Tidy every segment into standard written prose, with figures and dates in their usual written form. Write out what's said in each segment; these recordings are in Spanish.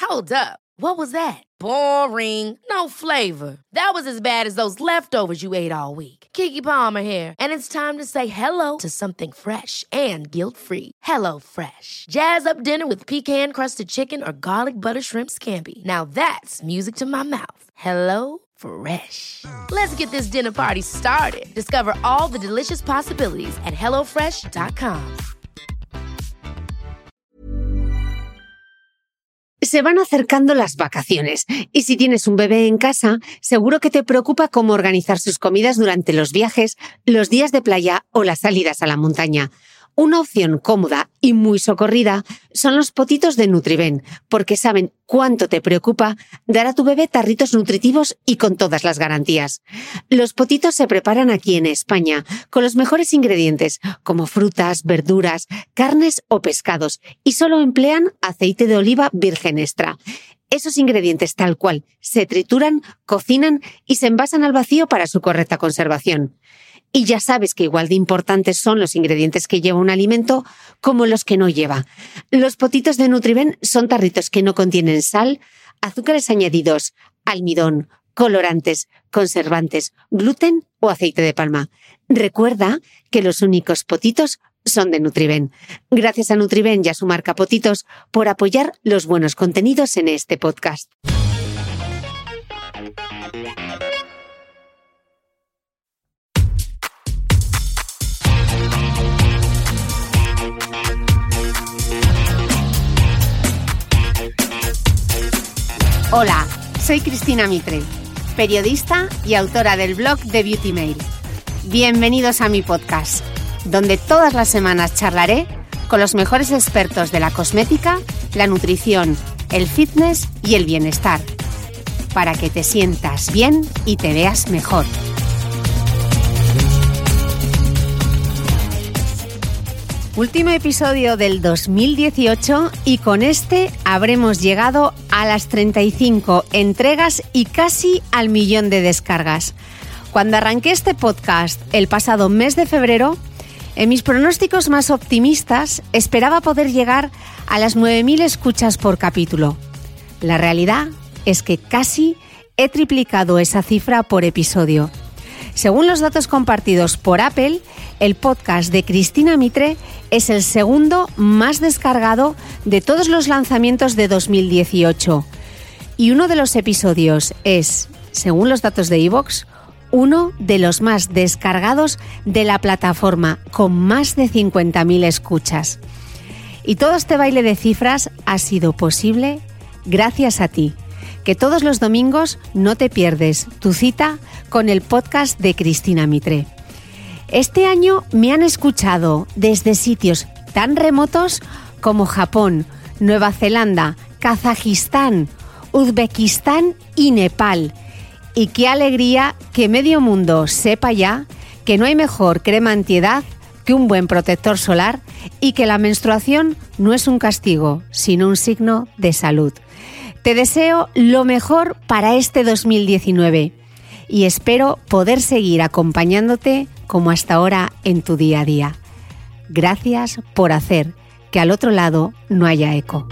Hold up. What was that? Boring. No flavor. That was as bad as those leftovers you ate all week. Keke Palmer here, and it's time to say hello to something fresh and guilt-free. Hello Fresh. Jazz up dinner with pecan-crusted chicken or garlic butter shrimp scampi. Now that's music to my mouth. Hello Fresh. Let's get this dinner party started. Discover all the delicious possibilities at hellofresh.com. Se van acercando las vacaciones y si tienes un bebé en casa, seguro que te preocupa cómo organizar sus comidas durante los viajes, los días de playa o las salidas a la montaña. Una opción cómoda y muy socorrida son los potitos de Nutriben, porque saben cuánto te preocupa dar a tu bebé tarritos nutritivos y con todas las garantías. Los potitos se preparan aquí en España con los mejores ingredientes, como frutas, verduras, carnes o pescados, y solo emplean aceite de oliva virgen extra. Esos ingredientes tal cual se trituran, cocinan y se envasan al vacío para su correcta conservación. Y ya sabes que igual de importantes son los ingredientes que lleva un alimento como los que no lleva. Los potitos de Nutriben son tarritos que no contienen sal, azúcares añadidos, almidón, colorantes, conservantes, gluten o aceite de palma. Recuerda que los únicos potitos son de Nutriben. Gracias a Nutriben y a su marca Potitos por apoyar los buenos contenidos en este podcast. Hola, soy Cristina Mitre, periodista y autora del blog de Beauty Mail. Bienvenidos a mi podcast, donde todas las semanas charlaré con los mejores expertos de la cosmética, la nutrición, el fitness y el bienestar, para que te sientas bien y te veas mejor. Último episodio del 2018 y con este habremos llegado a las 35 entregas y casi al 1.000.000 de descargas. Cuando arranqué este podcast el pasado mes de febrero, en mis pronósticos más optimistas esperaba poder llegar a las 9.000 escuchas por capítulo. La realidad es que casi he triplicado esa cifra por episodio. Según los datos compartidos por Apple, el podcast de Cristina Mitre es el segundo más descargado de todos los lanzamientos de 2018. Y uno de los episodios es, según los datos de iVoox, uno de los más descargados de la plataforma, con más de 50.000 escuchas. Y todo este baile de cifras ha sido posible gracias a ti, que todos los domingos no te pierdes tu cita con el podcast de Cristina Mitre. Este año me han escuchado desde sitios tan remotos como Japón, Nueva Zelanda, Kazajistán, Uzbekistán y Nepal. Y qué alegría que medio mundo sepa ya que no hay mejor crema antiedad que un buen protector solar y que la menstruación no es un castigo, sino un signo de salud. Te deseo lo mejor para este 2019 y espero poder seguir acompañándote como hasta ahora en tu día a día. Gracias por hacer que al otro lado no haya eco.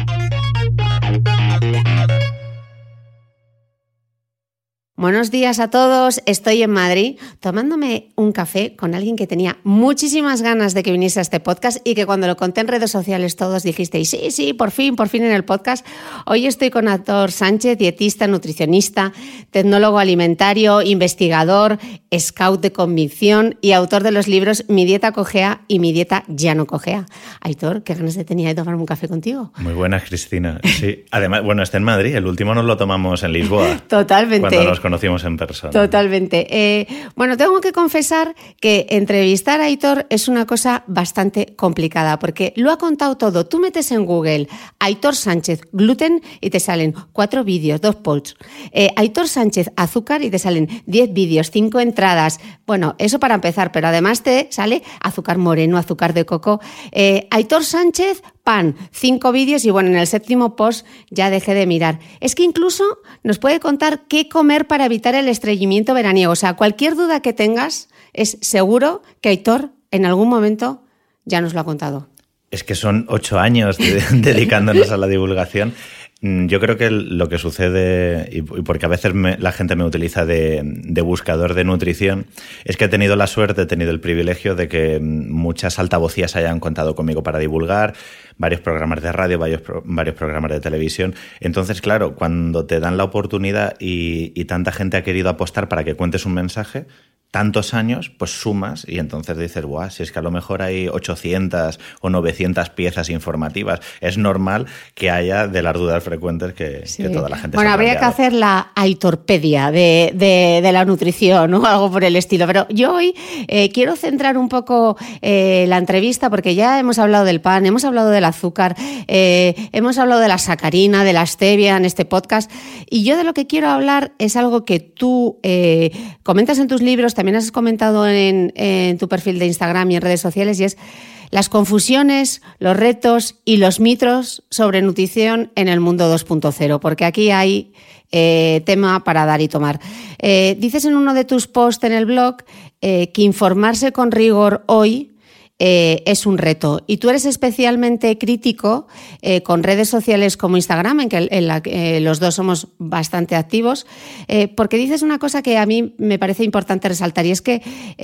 Buenos días a todos, estoy en Madrid tomándome un café con alguien que tenía muchísimas ganas de que viniese a este podcast y que cuando lo conté en redes sociales todos dijisteis, sí, por fin en el podcast. Hoy estoy con Aitor Sánchez, dietista, nutricionista, tecnólogo alimentario, investigador, scout de convicción y autor de los libros Mi dieta cojea y Mi dieta ya no cojea. Aitor, qué ganas tenía de tomarme un café contigo. Muy buenas, Cristina. Sí, además, bueno, está en Madrid, el último nos lo tomamos en Lisboa. Totalmente. Cuando nos conocimos en persona. Totalmente. Bueno, tengo que confesar que entrevistar a Aitor es una cosa bastante complicada porque lo ha contado todo. Tú metes en Google Aitor Sánchez gluten y te salen 4 vídeos, 2 posts. Aitor Sánchez azúcar y te salen 10 vídeos, 5 entradas. Bueno, eso para empezar, pero además te sale azúcar moreno, azúcar de coco. Aitor Sánchez pan, 5 vídeos y bueno, en el 7º post ya dejé de mirar. Es que incluso nos puede contar qué comer para evitar el estreñimiento veraniego. O sea, cualquier duda que tengas, es seguro que Aitor en algún momento ya nos lo ha contado. Es que son 8 años dedicándonos a la divulgación. Yo creo que lo que sucede, y porque a veces la gente me utiliza de buscador de nutrición, es que he tenido la suerte, he tenido el privilegio de que muchas altavocías hayan contado conmigo para divulgar, varios programas de radio, varios programas de televisión. Entonces, claro, cuando te dan la oportunidad y tanta gente ha querido apostar para que cuentes un mensaje, tantos años, pues sumas y entonces dices, guau, si es que a lo mejor hay 800 o 900 piezas informativas, es normal que haya de las dudas frecuentes que toda la gente se ha habría que hacer la aitorpedia de la nutrición o algo por el estilo. Pero yo hoy quiero centrar un poco la entrevista porque ya hemos hablado del pan, hemos hablado del azúcar, hemos hablado de la sacarina, de la stevia en este podcast, y yo de lo que quiero hablar es algo que tú comentas en tus libros, también has comentado en tu perfil de Instagram y en redes sociales, y es las confusiones, los retos y los mitos sobre nutrición en el mundo 2.0, porque aquí hay tema para dar y tomar. Dices en uno de tus posts en el blog que informarse con rigor hoy es un reto, y tú eres especialmente crítico con redes sociales como Instagram, en la que los dos somos bastante activos, porque dices una cosa que a mí me parece importante resaltar, y es que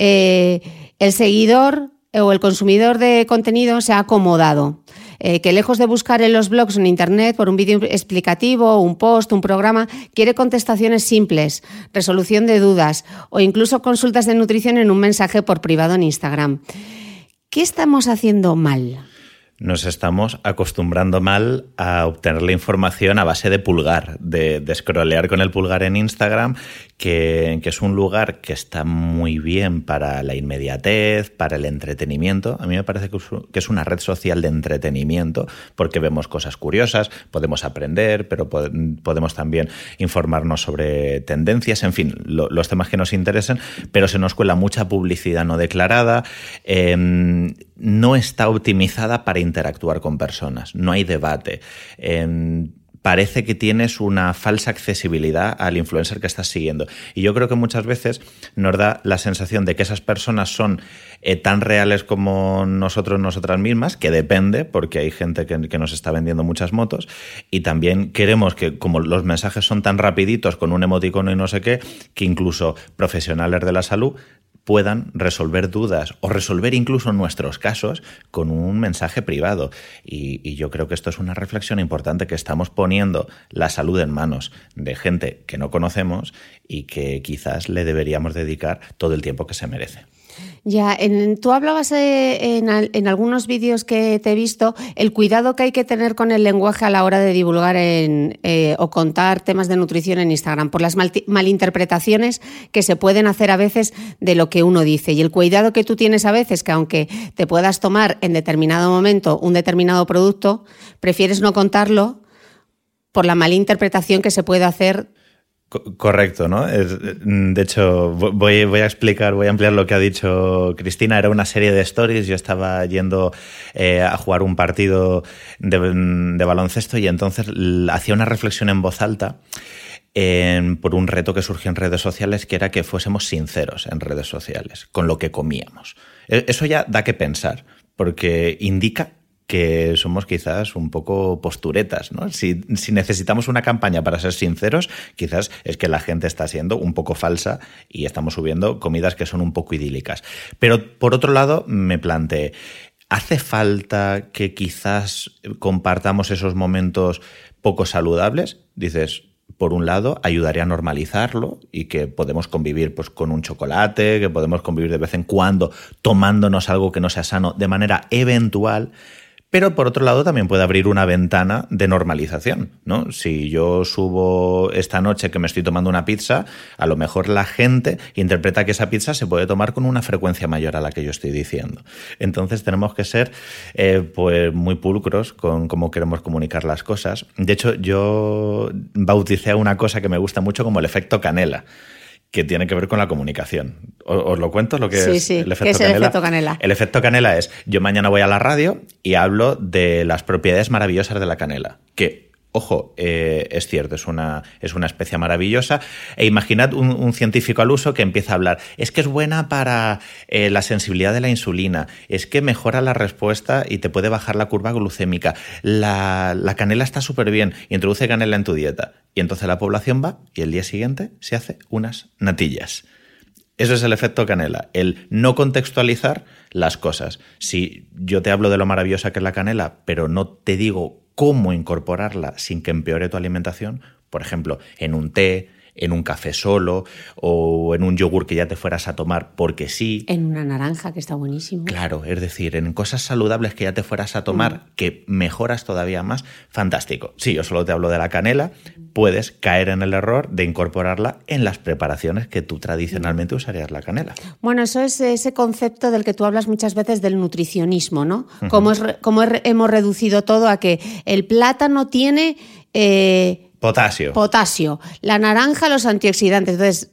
el seguidor o el consumidor de contenido se ha acomodado, que lejos de buscar en los blogs o en internet por un vídeo explicativo, un post, un programa, quiere contestaciones simples, resolución de dudas o incluso consultas de nutrición en un mensaje por privado en Instagram. ¿Qué estamos haciendo mal? Nos estamos acostumbrando mal a obtener la información a base de pulgar, de scrollear con el pulgar en Instagram, que es un lugar que está muy bien para la inmediatez, para el entretenimiento. A mí me parece que es una red social de entretenimiento porque vemos cosas curiosas, podemos aprender, pero podemos también informarnos sobre tendencias, en fin, los temas que nos interesen, pero se nos cuela mucha publicidad no declarada, no está optimizada para interactuar con personas, no hay debate. Parece que tienes una falsa accesibilidad al influencer que estás siguiendo. Y yo creo que muchas veces nos da la sensación de que esas personas son tan reales como nosotras mismas, que depende, porque hay gente que nos está vendiendo muchas motos, y también queremos que, como los mensajes son tan rapiditos, con un emoticono y no sé qué, que incluso profesionales de la salud puedan resolver dudas o resolver incluso nuestros casos con un mensaje privado. Y yo creo que esto es una reflexión importante, que estamos poniendo la salud en manos de gente que no conocemos y que quizás le deberíamos dedicar todo el tiempo que se merece. Ya, tú hablabas en algunos vídeos que te he visto el cuidado que hay que tener con el lenguaje a la hora de divulgar o contar temas de nutrición en Instagram, por las malinterpretaciones que se pueden hacer a veces de lo que uno dice, y el cuidado que tú tienes a veces, que aunque te puedas tomar en determinado momento un determinado producto, prefieres no contarlo por la malinterpretación que se puede hacer. Correcto, ¿no? De hecho, voy a explicar, voy a ampliar lo que ha dicho Cristina. Era una serie de stories. Yo estaba yendo a jugar un partido de baloncesto y entonces hacía una reflexión en voz alta por un reto que surgió en redes sociales, que era que fuésemos sinceros en redes sociales con lo que comíamos. Eso ya da que pensar, porque indica que somos quizás un poco posturetas, ¿no? Si necesitamos una campaña para ser sinceros, quizás es que la gente está siendo un poco falsa y estamos subiendo comidas que son un poco idílicas. Pero por otro lado, me planteé, ¿hace falta que quizás compartamos esos momentos poco saludables? Dices, por un lado, ayudaría a normalizarlo y que podemos convivir pues, con un chocolate, que podemos convivir de vez en cuando tomándonos algo que no sea sano de manera eventual. Pero por otro lado también puede abrir una ventana de normalización, ¿no? Si yo subo esta noche que me estoy tomando una pizza, a lo mejor la gente interpreta que esa pizza se puede tomar con una frecuencia mayor a la que yo estoy diciendo. Entonces tenemos que ser pues muy pulcros con cómo queremos comunicar las cosas. De hecho, yo bauticé a una cosa que me gusta mucho como el efecto canela, que tiene que ver con la comunicación. ¿Os lo cuento lo que es el efecto canela? ¿Qué es el efecto canela? El efecto canela es, yo mañana voy a la radio y hablo de las propiedades maravillosas de la canela, que Ojo, es cierto, es una especia maravillosa. E imaginad un científico al uso que empieza a hablar. Es que es buena para la sensibilidad de la insulina. Es que mejora la respuesta y te puede bajar la curva glucémica. La canela está súper bien. Introduce canela en tu dieta. Y entonces la población va y el día siguiente se hace unas natillas. Eso es el efecto canela, el no contextualizar las cosas. Si yo te hablo de lo maravillosa que es la canela, pero no te digo cómo incorporarla sin que empeore tu alimentación, por ejemplo, en un té, en un café solo o en un yogur que ya te fueras a tomar porque sí. En una naranja, que está buenísimo. Claro, es decir, en cosas saludables que ya te fueras a tomar, que mejoras todavía más, fantástico. Sí, yo solo te hablo de la canela, puedes caer en el error de incorporarla en las preparaciones que tú tradicionalmente usarías la canela. Bueno, eso es ese concepto del que tú hablas muchas veces del nutricionismo, ¿no? Cómo hemos reducido todo a que el plátano tiene... Potasio. La naranja, los antioxidantes. Entonces,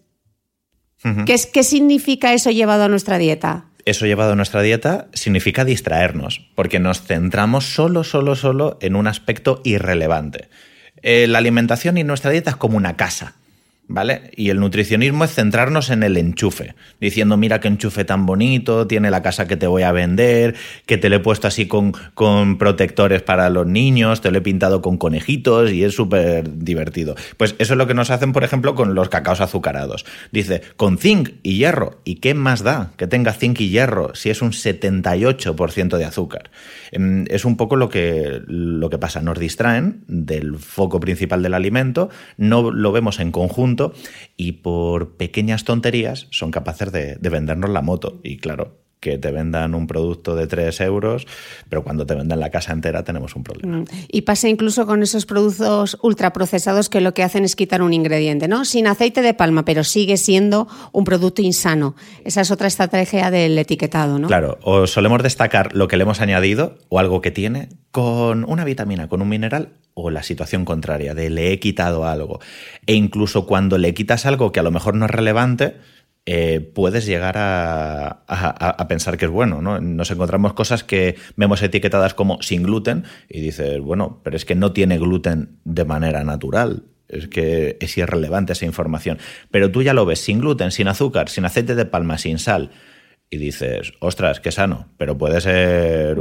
¿qué significa eso llevado a nuestra dieta? Eso llevado a nuestra dieta significa distraernos, porque nos centramos solo en un aspecto irrelevante. La alimentación y nuestra dieta es como una casa, ¿vale? Y el nutricionismo es centrarnos en el enchufe, diciendo, mira qué enchufe tan bonito, tiene la casa que te voy a vender, que te lo he puesto así con protectores para los niños, te lo he pintado con conejitos y es súper divertido. Pues eso es lo que nos hacen, por ejemplo, con los cacaos azucarados. Dice, con zinc y hierro. ¿Y qué más da que tenga zinc y hierro si es un 78% de azúcar? Es un poco lo que pasa. Nos distraen del foco principal del alimento, no lo vemos en conjunto, y por pequeñas tonterías son capaces de vendernos la moto. Y claro, que te vendan un producto de 3 euros, pero cuando te venden la casa entera tenemos un problema. Y pasa incluso con esos productos ultraprocesados que lo que hacen es quitar un ingrediente, ¿no? Sin aceite de palma, pero sigue siendo un producto insano. Esa es otra estrategia del etiquetado, ¿no? Claro, o solemos destacar lo que le hemos añadido o algo que tiene con una vitamina, con un mineral, o la situación contraria, de le he quitado algo. E incluso cuando le quitas algo que a lo mejor no es relevante, puedes llegar a pensar que es bueno, ¿no? Nos encontramos cosas que vemos etiquetadas como sin gluten y dices, bueno, pero es que no tiene gluten de manera natural. Es que es irrelevante esa información. Pero tú ya lo ves sin gluten, sin azúcar, sin aceite de palma, sin sal. Y dices, ostras, qué sano, pero puede ser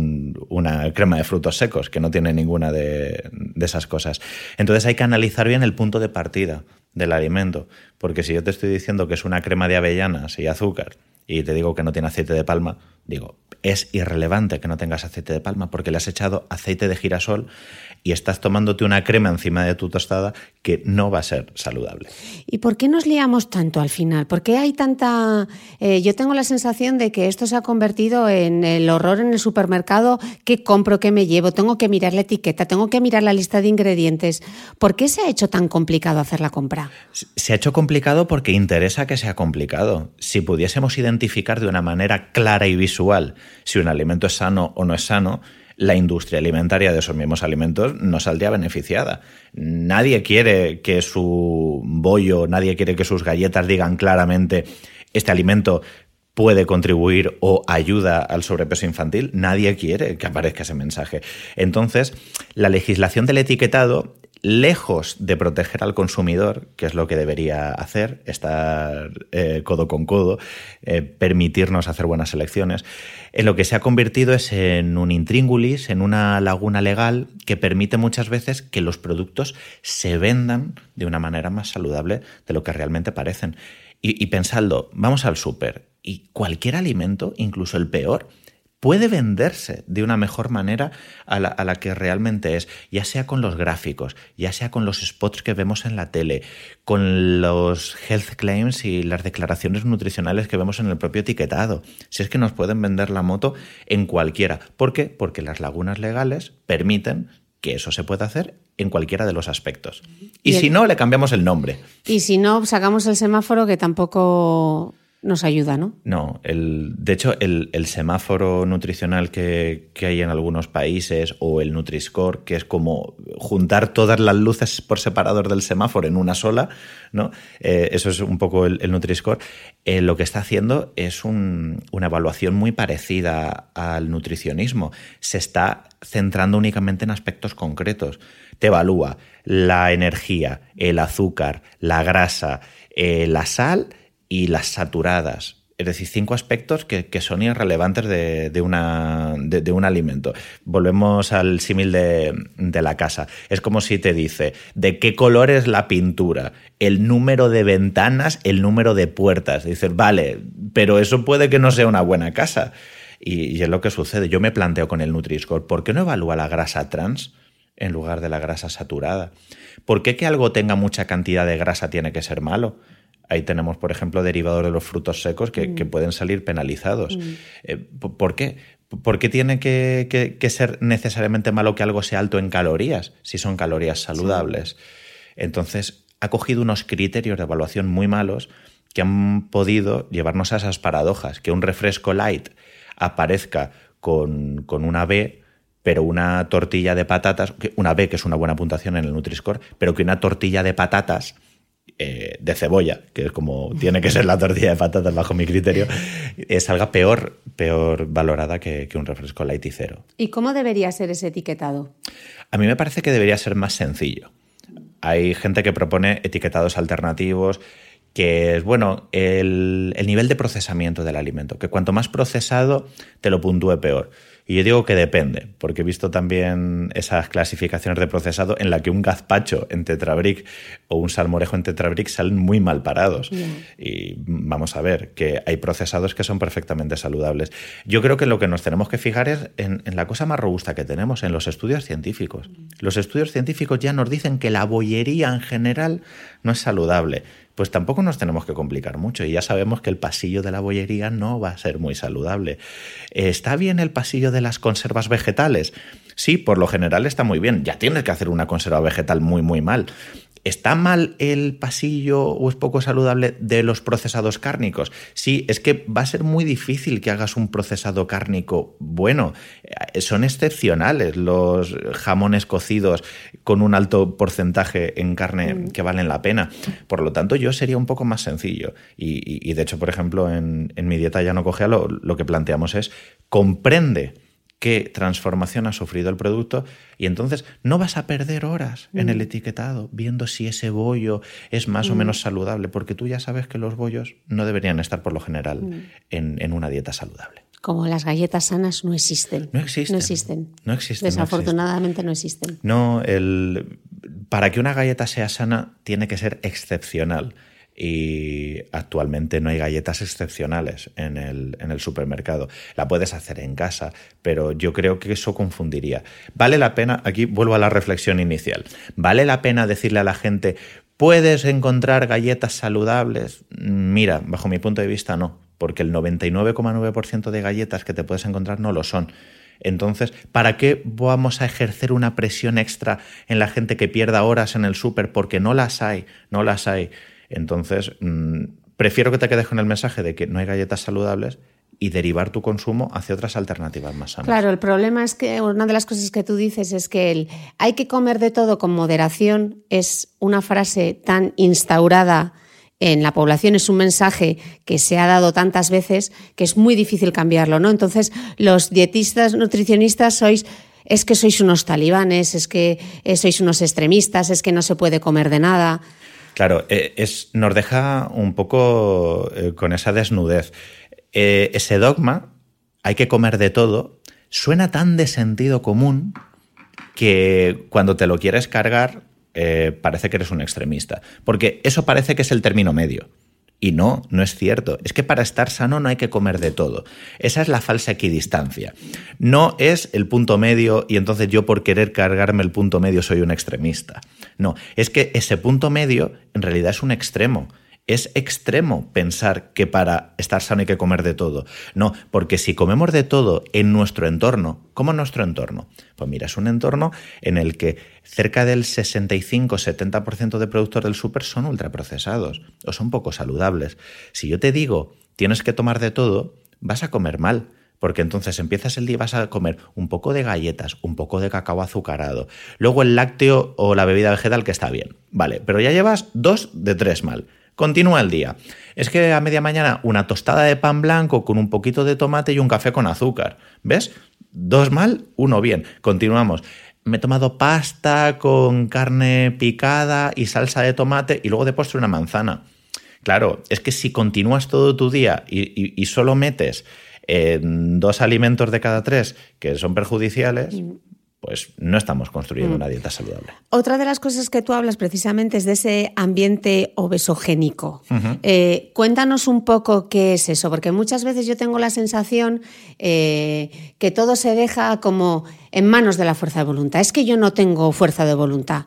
una crema de frutos secos que no tiene ninguna de esas cosas. Entonces hay que analizar bien el punto de partida del alimento, porque si yo te estoy diciendo que es una crema de avellanas y azúcar y te digo que no tiene aceite de palma, digo, es irrelevante que no tengas aceite de palma porque le has echado aceite de girasol y estás tomándote una crema encima de tu tostada que no va a ser saludable. ¿Y por qué nos liamos tanto al final? ¿Por qué hay tanta...? Yo tengo la sensación de que esto se ha convertido en el horror en el supermercado. ¿Qué compro? ¿Qué me llevo? Tengo que mirar la etiqueta, tengo que mirar la lista de ingredientes. ¿Por qué se ha hecho tan complicado hacer la compra? Se ha hecho complicado porque interesa que sea complicado. Si pudiésemos identificar de una manera clara y visual si un alimento es sano o no es sano, la industria alimentaria de esos mismos alimentos no saldría beneficiada. Nadie quiere que su bollo, nadie quiere que sus galletas digan claramente este alimento puede contribuir o ayuda al sobrepeso infantil. Nadie quiere que aparezca ese mensaje. Entonces, la legislación del etiquetado, lejos de proteger al consumidor, que es lo que debería hacer, estar codo con codo, permitirnos hacer buenas elecciones, en lo que se ha convertido es en un intríngulis, en una laguna legal que permite muchas veces que los productos se vendan de una manera más saludable de lo que realmente parecen. Y pensadlo, vamos al súper y cualquier alimento, incluso el peor, puede venderse de una mejor manera a la que realmente es, ya sea con los gráficos, ya sea con los spots que vemos en la tele, con los health claims y las declaraciones nutricionales que vemos en el propio etiquetado. Si es que nos pueden vender la moto en cualquiera. ¿Por qué? Porque las lagunas legales permiten que eso se pueda hacer en cualquiera de los aspectos. Y si no, le cambiamos el nombre. Y si no, sacamos el semáforo, que tampoco nos ayuda, ¿no? No, de hecho, el semáforo nutricional que hay en algunos países, o el Nutri-Score, que es como juntar todas las luces por separador del semáforo en una sola, ¿no? Eso es un poco el Nutri-Score. Lo que está haciendo es una evaluación muy parecida al nutricionismo. Se está centrando únicamente en aspectos concretos. Te evalúa la energía, el azúcar, la grasa, la sal y las saturadas. Es decir, 5 aspectos que son irrelevantes de un alimento. Volvemos al símil de la casa. Es como si te dice de qué color es la pintura, el número de ventanas, el número de puertas. Dices, vale, pero eso puede que no sea una buena casa. Y es lo que sucede. Yo me planteo con el Nutri-Score, ¿por qué no evalúa la grasa trans en lugar de la grasa saturada? ¿Por qué que algo tenga mucha cantidad de grasa tiene que ser malo? Ahí tenemos, por ejemplo, derivados de los frutos secos que pueden salir penalizados. ¿Por qué? ¿Por qué tiene que ser necesariamente malo que algo sea alto en calorías si son calorías saludables? Sí. Entonces, ha cogido unos criterios de evaluación muy malos que han podido llevarnos a esas paradojas. Que un refresco light aparezca con una B, pero una tortilla de patatas, una B que es una buena puntuación en el Nutri-Score, pero que una tortilla de patatas de cebolla, que es como tiene que ser la tortilla de patatas bajo mi criterio, salga peor valorada que un refresco light y cero. ¿Y cómo debería ser ese etiquetado? A mí me parece que debería ser más sencillo. Hay gente que propone etiquetados alternativos, que es, bueno, el nivel de procesamiento del alimento, que cuanto más procesado te lo puntúe peor. Y yo digo que depende, porque he visto también esas clasificaciones de procesado en la que un gazpacho en Tetrabric o un salmorejo en Tetrabric salen muy mal parados. Yeah. Y vamos a ver que hay procesados que son perfectamente saludables. Yo creo que lo que nos tenemos que fijar es en la cosa más robusta que tenemos, en los estudios científicos. Los estudios científicos ya nos dicen que la bollería en general no es saludable. Pues tampoco nos tenemos que complicar mucho y ya sabemos que el pasillo de la bollería no va a ser muy saludable. ¿Está bien el pasillo de las conservas vegetales? Sí, por lo general está muy bien. Ya tienes que hacer una conserva vegetal muy, muy mal. ¿Está mal el pasillo o es poco saludable de los procesados cárnicos? Sí, es que va a ser muy difícil que hagas un procesado cárnico bueno. Son excepcionales los jamones cocidos con un alto porcentaje en carne que valen la pena. Por lo tanto, yo sería un poco más sencillo. Y de hecho, por ejemplo, en mi dieta ya no cogea lo que planteamos es comprende qué transformación ha sufrido el producto y entonces no vas a perder horas en el etiquetado viendo si ese bollo es más o menos saludable, porque tú ya sabes que los bollos no deberían estar por lo general en una dieta saludable. Como las galletas sanas no existen. No existen. No existen. Desafortunadamente no existen. No, para que una galleta sea sana tiene que ser excepcional. Y actualmente no hay galletas excepcionales en el supermercado. La puedes hacer en casa, pero yo creo que eso confundiría. ¿Vale la pena? Aquí vuelvo a la reflexión inicial. ¿Vale la pena decirle a la gente, ¿puedes encontrar galletas saludables? Mira, bajo mi punto de vista no, porque el 99,9% de galletas que te puedes encontrar no lo son. Entonces, ¿para qué vamos a ejercer una presión extra en la gente que pierda horas en el súper? Porque no las hay. Entonces, prefiero que te quedes con el mensaje de que no hay galletas saludables y derivar tu consumo hacia otras alternativas más sanas. Claro, el problema es que una de las cosas que tú dices es que hay que comer de todo con moderación es una frase tan instaurada en la población, es un mensaje que se ha dado tantas veces que es muy difícil cambiarlo, ¿no? Entonces, los dietistas, nutricionistas es que sois unos talibanes, es que sois unos extremistas, es que no se puede comer de nada. Claro, nos deja un poco con esa desnudez. Ese dogma, hay que comer de todo, suena tan de sentido común que cuando te lo quieres cargar parece que eres un extremista. Porque eso parece que es el término medio. Y no es cierto. Es que para estar sano no hay que comer de todo. Esa es la falsa equidistancia. No es el punto medio y entonces yo por querer cargarme el punto medio soy un extremista. No, es que ese punto medio en realidad es un extremo. Es extremo pensar que para estar sano hay que comer de todo. No, porque si comemos de todo en nuestro entorno, ¿cómo en nuestro entorno? Pues mira, es un entorno en el que cerca del 65-70% de productos del súper son ultraprocesados o son poco saludables. Si yo te digo tienes que tomar de todo, vas a comer mal, porque entonces empiezas el día y vas a comer un poco de galletas, un poco de cacao azucarado, luego el lácteo o la bebida vegetal, que está bien, vale, pero ya llevas 2 de 3 mal. Continúa el día. Es que a media mañana una tostada de pan blanco con un poquito de tomate y un café con azúcar. ¿Ves? 2 mal, 1 bien. Continuamos. Me he tomado pasta con carne picada y salsa de tomate y luego de postre una manzana. Claro, es que si continúas todo tu día y solo metes 2 alimentos de cada 3 que son perjudiciales, pues no estamos construyendo una dieta saludable. Otra de las cosas que tú hablas precisamente es de ese ambiente obesogénico. Cuéntanos un poco qué es eso, porque muchas veces yo tengo la sensación que todo se deja como en manos de la fuerza de voluntad. Es que yo no tengo fuerza de voluntad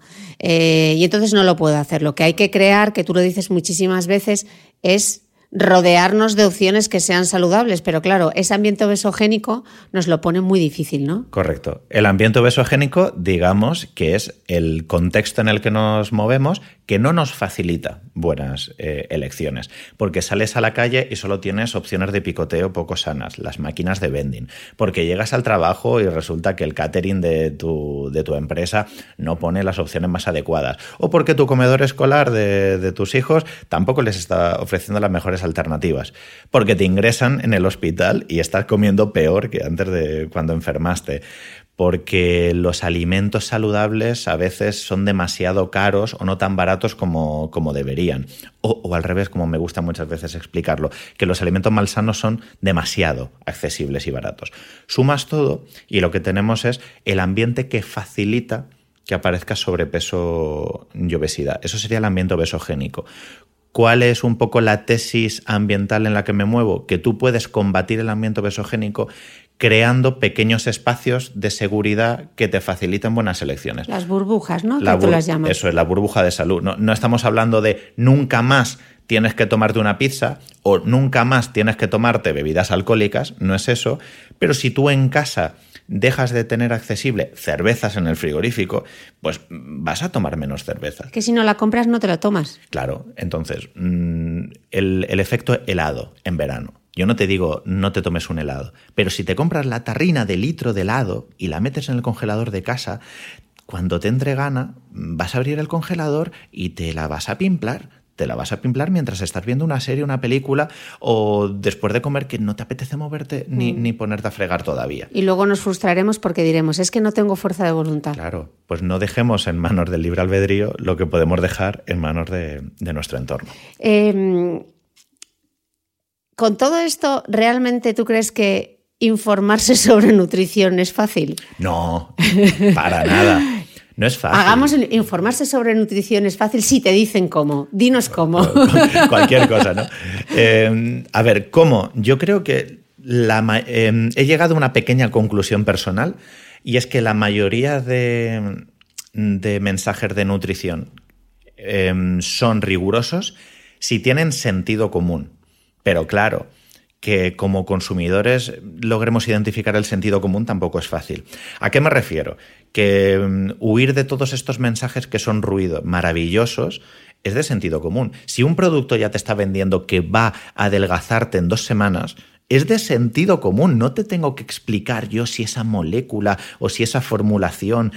y entonces no lo puedo hacer. Lo que hay que crear, que tú lo dices muchísimas veces, es rodearnos de opciones que sean saludables, pero claro, ese ambiente obesogénico nos lo pone muy difícil, ¿no? Correcto. El ambiente obesogénico, digamos, que es el contexto en el que nos movemos, que no nos facilita buenas elecciones, porque sales a la calle y solo tienes opciones de picoteo poco sanas, las máquinas de vending, porque llegas al trabajo y resulta que el catering de tu empresa no pone las opciones más adecuadas, o porque tu comedor escolar de tus hijos tampoco les está ofreciendo las mejores alternativas, porque te ingresan en el hospital y estás comiendo peor que antes de cuando enfermaste, porque los alimentos saludables a veces son demasiado caros o no tan baratos como deberían. O al revés, como me gusta muchas veces explicarlo, que los alimentos malsanos son demasiado accesibles y baratos. Sumas todo y lo que tenemos es el ambiente que facilita que aparezca sobrepeso y obesidad. Eso sería el ambiente obesogénico. ¿Cuál es un poco la tesis ambiental en la que me muevo? Que tú puedes combatir el ambiente obesogénico creando pequeños espacios de seguridad que te faciliten buenas elecciones. Las burbujas, ¿no? Que tú las llamas. Eso es, la burbuja de salud. No estamos hablando de nunca más tienes que tomarte una pizza o nunca más tienes que tomarte bebidas alcohólicas, no es eso, pero si tú en casa dejas de tener accesible cervezas en el frigorífico, pues vas a tomar menos cervezas. Que si no la compras no te la tomas. Claro, entonces el efecto helado en verano. Yo no te digo no te tomes un helado, pero si te compras la tarrina de litro de helado y la metes en el congelador de casa, cuando te entre gana vas a abrir el congelador y te la vas a pimplar. Te la vas a pimplar mientras estás viendo una serie, una película o después de comer que no te apetece moverte ni ponerte a fregar todavía. Y luego nos frustraremos porque diremos, es que no tengo fuerza de voluntad. Claro, pues no dejemos en manos del libre albedrío lo que podemos dejar en manos de nuestro entorno. Con todo esto, ¿realmente tú crees que informarse sobre nutrición es fácil? No, para nada. No es fácil. Informarse sobre nutrición es fácil si te dicen cómo. Dinos cómo. Cualquier cosa, ¿no? A ver, ¿cómo? Yo creo que he llegado a una pequeña conclusión personal y es que la mayoría de mensajes de nutrición son rigurosos si tienen sentido común. Pero claro, que como consumidores logremos identificar el sentido común tampoco es fácil. ¿A qué me refiero? Que huir de todos estos mensajes que son ruido, maravillosos, es de sentido común. Si un producto ya te está vendiendo que va a adelgazarte en 2 semanas, es de sentido común. No te tengo que explicar yo si esa molécula o si esa formulación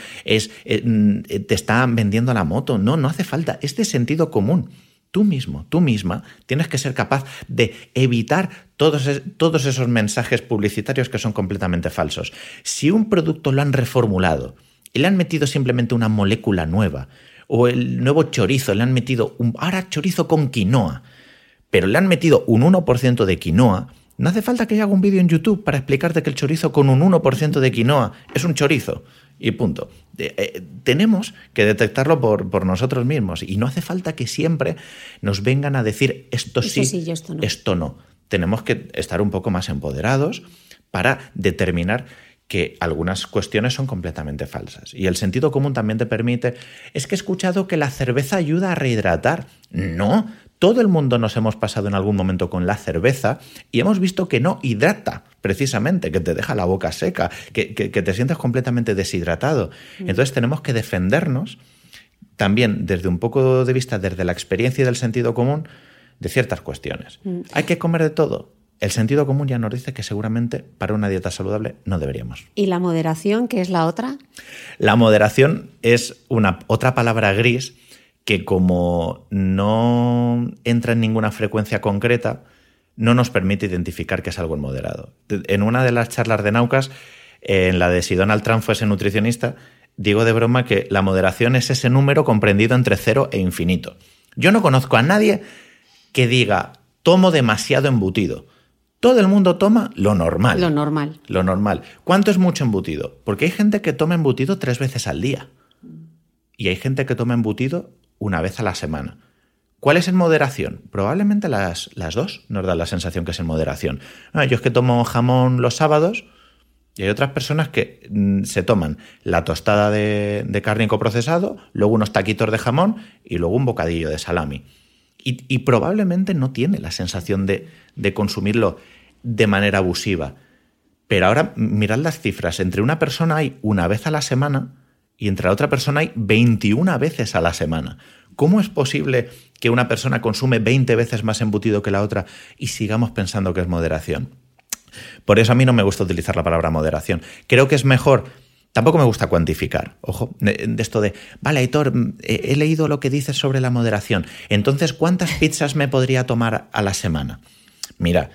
te está vendiendo la moto. No hace falta. Es de sentido común. Tú mismo, tú misma, tienes que ser capaz de evitar todos esos mensajes publicitarios que son completamente falsos. Si un producto lo han reformulado y le han metido simplemente una molécula nueva, o el nuevo chorizo, le han metido ahora chorizo con quinoa, pero le han metido un 1% de quinoa, no hace falta que yo haga un vídeo en YouTube para explicarte que el chorizo con un 1% de quinoa es un chorizo. Y punto. Tenemos que detectarlo por nosotros mismos y no hace falta que siempre nos vengan a decir esto sí, y esto no. Esto no. Tenemos que estar un poco más empoderados para determinar que algunas cuestiones son completamente falsas. Y el sentido común también te permite... Es que he escuchado que la cerveza ayuda a rehidratar. No, todo el mundo nos hemos pasado en algún momento con la cerveza y hemos visto que no hidrata, precisamente, que te deja la boca seca, que te sientes completamente deshidratado. Entonces tenemos que defendernos también desde un poco de vista, desde la experiencia y del sentido común, de ciertas cuestiones. ¿Hay que comer de todo? el sentido común ya nos dice que seguramente para una dieta saludable no deberíamos. ¿Y la moderación, qué es la otra? La moderación es otra palabra gris que, como no entra en ninguna frecuencia concreta, no nos permite identificar que es algo moderado. En una de las charlas de Naucas, en la de si Donald Trump fuese nutricionista, digo de broma que la moderación es ese número comprendido entre 0 e infinito. Yo no conozco a nadie que diga tomo demasiado embutido. Todo el mundo toma lo normal. Lo normal. Lo normal. ¿Cuánto es mucho embutido? Porque hay gente que toma embutido 3 veces al día. Y hay gente que toma embutido una vez a la semana. ¿Cuál es en moderación? Probablemente las dos nos dan la sensación que es en moderación. Yo es que tomo jamón los sábados y hay otras personas que se toman la tostada de cárnico procesado, luego unos taquitos de jamón y luego un bocadillo de salami. Y probablemente no tiene la sensación de consumirlo de manera abusiva. Pero ahora mirad las cifras. Entre una persona hay una vez a la semana y entre la otra persona hay 21 veces a la semana. ¿Cómo es posible que una persona consume 20 veces más embutido que la otra y sigamos pensando que es moderación? Por eso a mí no me gusta utilizar la palabra moderación. Creo que es mejor... Tampoco me gusta cuantificar, ojo, de esto de, vale, Aitor, he leído lo que dices sobre la moderación, entonces, ¿cuántas pizzas me podría tomar a la semana? Mira,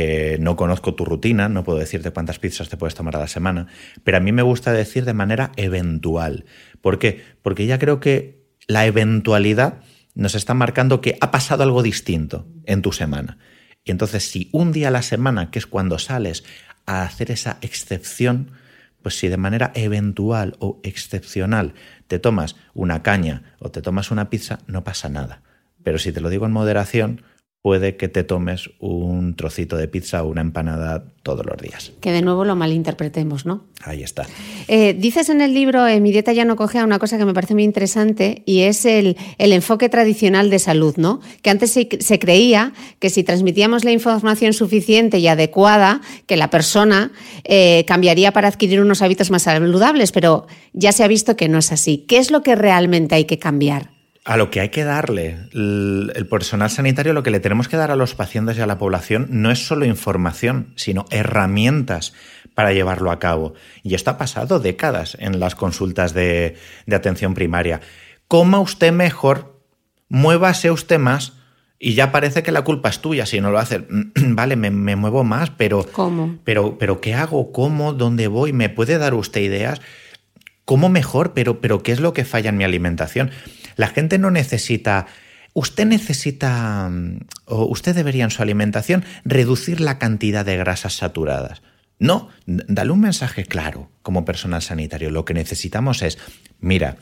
no conozco tu rutina, no puedo decirte cuántas pizzas te puedes tomar a la semana, pero a mí me gusta decir de manera eventual. ¿Por qué? Porque ya creo que la eventualidad nos está marcando que ha pasado algo distinto en tu semana. Y entonces, si un día a la semana, que es cuando sales a hacer esa excepción, pues si de manera eventual o excepcional te tomas una caña o te tomas una pizza, no pasa nada. Pero si te lo digo en moderación, puede que te tomes un trocito de pizza o una empanada todos los días. Que de nuevo lo malinterpretemos, ¿no? Ahí está. Dices en el libro, Mi dieta ya no cojea, una cosa que me parece muy interesante y es el enfoque tradicional de salud, ¿no? Que antes se creía que si transmitíamos la información suficiente y adecuada, que la persona cambiaría para adquirir unos hábitos más saludables, pero ya se ha visto que no es así. ¿Qué es lo que realmente hay que cambiar? A lo que hay que darle, el personal sanitario, lo que le tenemos que dar a los pacientes y a la población no es solo información, sino herramientas para llevarlo a cabo. Y esto ha pasado décadas en las consultas de atención primaria. Coma usted mejor, muévase usted más y ya parece que la culpa es tuya si no lo hace. Vale, me muevo más, pero... ¿Cómo? Pero ¿qué hago? ¿Cómo? ¿Dónde voy? ¿Me puede dar usted ideas? ¿Cómo mejor? Pero ¿qué es lo que falla en mi alimentación? La gente no necesita... Usted necesita, o usted debería en su alimentación, reducir la cantidad de grasas saturadas. No, dale un mensaje claro como personal sanitario. Lo que necesitamos es, mira,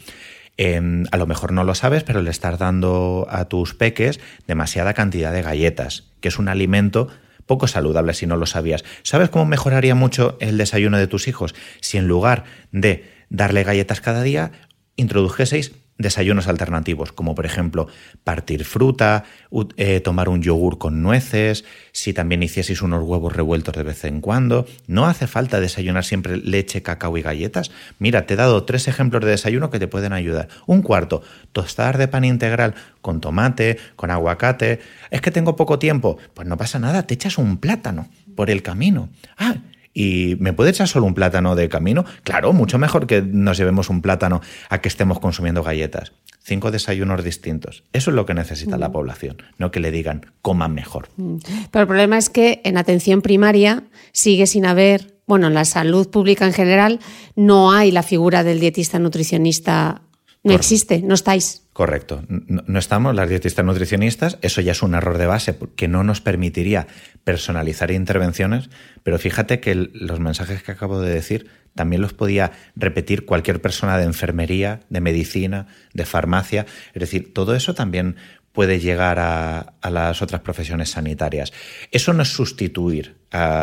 a lo mejor no lo sabes, pero le estás dando a tus peques demasiada cantidad de galletas, que es un alimento poco saludable si no lo sabías. ¿Sabes cómo mejoraría mucho el desayuno de tus hijos? Si en lugar de darle galletas cada día, introdujeseis desayunos alternativos, como por ejemplo partir fruta, tomar un yogur con nueces, si también hicieseis unos huevos revueltos de vez en cuando. No hace falta desayunar siempre leche, cacao y galletas. Mira, te he dado 3 ejemplos de desayuno que te pueden ayudar. Un cuarto, tostadas de pan integral con tomate, con aguacate. Es que tengo poco tiempo. Pues no pasa nada, te echas un plátano por el camino. ¿Y me puede echar solo un plátano de camino? Claro, mucho mejor que nos llevemos un plátano a que estemos consumiendo galletas. 5 desayunos distintos. Eso es lo que necesita la población, no que le digan coman mejor. Pero el problema es que en atención primaria sigue sin haber, en la salud pública en general, no hay la figura del dietista nutricionista. No existe, no estáis. Correcto. No estamos las dietistas nutricionistas. Eso ya es un error de base porque no nos permitiría personalizar intervenciones. Pero fíjate que los mensajes que acabo de decir también los podía repetir cualquier persona de enfermería, de medicina, de farmacia. Es decir, todo eso también puede llegar a las otras profesiones sanitarias. Eso no es sustituir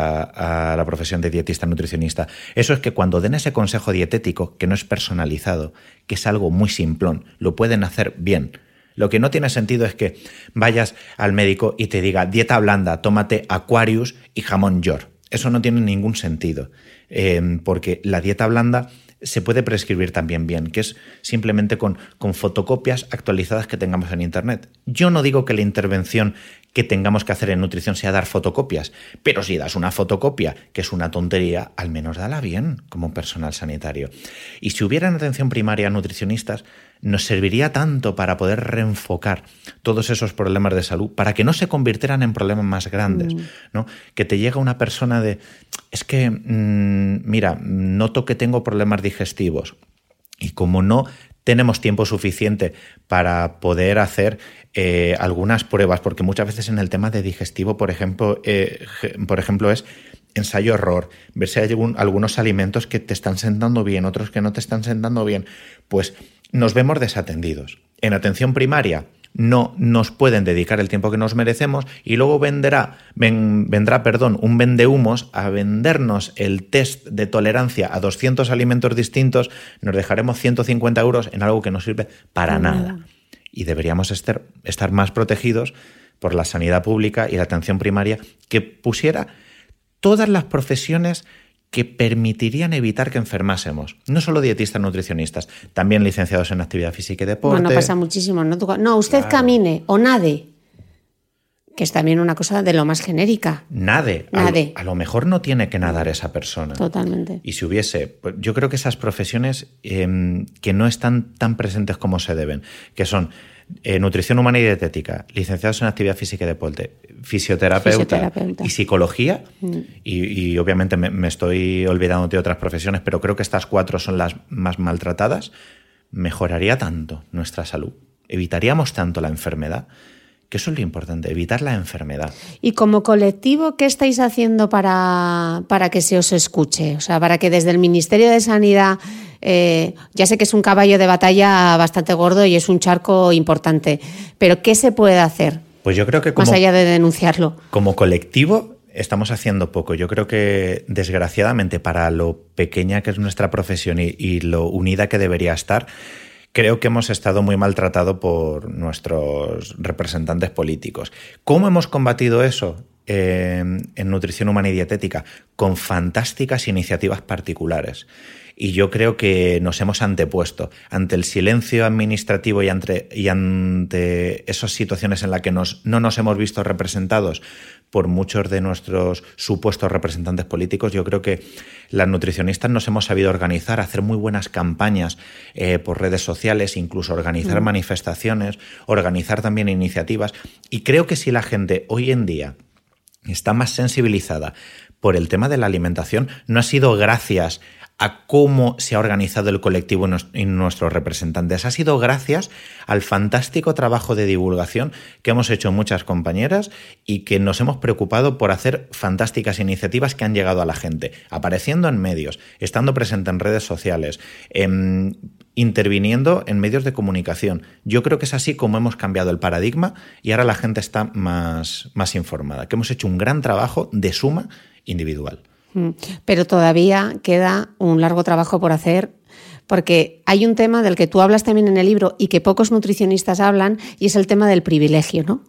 a la profesión de dietista nutricionista. Eso es que cuando den ese consejo dietético, que no es personalizado, que es algo muy simplón, lo pueden hacer bien. Lo que no tiene sentido es que vayas al médico y te diga dieta blanda, tómate Aquarius y jamón York. Eso no tiene ningún sentido, porque la dieta blanda se puede prescribir también bien, que es simplemente con fotocopias actualizadas que tengamos en Internet. Yo no digo que la intervención que tengamos que hacer en nutrición sea dar fotocopias. Pero si das una fotocopia, que es una tontería, al menos dala bien como personal sanitario. Y si hubiera en atención primaria nutricionistas, nos serviría tanto para poder reenfocar todos esos problemas de salud, para que no se convirtieran en problemas más grandes, ¿no? Que te llega una persona de, es que, mira, noto que tengo problemas digestivos y como no tenemos tiempo suficiente para poder hacer algunas pruebas, porque muchas veces en el tema de digestivo, por ejemplo, es ensayo-error, ver si hay algunos alimentos que te están sentando bien, otros que no te están sentando bien, pues nos vemos desatendidos. En atención primaria no nos pueden dedicar el tiempo que nos merecemos y luego vendrá un vendehumos a vendernos el test de tolerancia a 200 alimentos distintos, nos dejaremos 150 euros en algo que no sirve para nada. Y deberíamos estar más protegidos por la sanidad pública y la atención primaria, que pusiera todas las profesiones que permitirían evitar que enfermásemos. No solo dietistas, nutricionistas, también licenciados en actividad física y deporte. Bueno, pasa muchísimo. No, usted claro. Camine o nade, que es también una cosa de lo más genérica. Nade. A lo mejor no tiene que nadar esa persona. Totalmente. Y si hubiese, pues yo creo que esas profesiones que no están tan presentes como se deben, que son nutrición humana y dietética, licenciados en actividad física y deporte, fisioterapeuta. Y psicología, y obviamente me estoy olvidando de otras profesiones, pero creo que estas 4 son las más maltratadas, mejoraría tanto nuestra salud, evitaríamos tanto la enfermedad, que eso es lo importante, evitar la enfermedad. Y como colectivo, ¿qué estáis haciendo para que se os escuche? O sea, para que desde el Ministerio de Sanidad, ya sé que es un caballo de batalla bastante gordo y es un charco importante, pero ¿qué se puede hacer? Pues yo creo que más allá de denunciarlo. Como colectivo estamos haciendo poco. Yo creo que, desgraciadamente, para lo pequeña que es nuestra profesión y lo unida que debería estar, creo que hemos estado muy maltratados por nuestros representantes políticos. ¿Cómo hemos combatido eso en nutrición humana y dietética? Con fantásticas iniciativas particulares. Y yo creo que nos hemos antepuesto ante el silencio administrativo y ante esas situaciones en las que no nos hemos visto representados por muchos de nuestros supuestos representantes políticos. Yo creo que las nutricionistas nos hemos sabido organizar, hacer muy buenas campañas por redes sociales, incluso organizar manifestaciones, organizar también iniciativas. Y creo que si la gente hoy en día está más sensibilizada por el tema de la alimentación, no ha sido gracias a cómo se ha organizado el colectivo y nuestros representantes. Ha sido gracias al fantástico trabajo de divulgación que hemos hecho muchas compañeras y que nos hemos preocupado por hacer fantásticas iniciativas que han llegado a la gente, apareciendo en medios, estando presente en redes sociales, interviniendo en medios de comunicación. Yo creo que es así como hemos cambiado el paradigma y ahora la gente está más informada, que hemos hecho un gran trabajo de suma individual. Pero todavía queda un largo trabajo por hacer, porque hay un tema del que tú hablas también en el libro y que pocos nutricionistas hablan, y es el tema del privilegio, ¿no?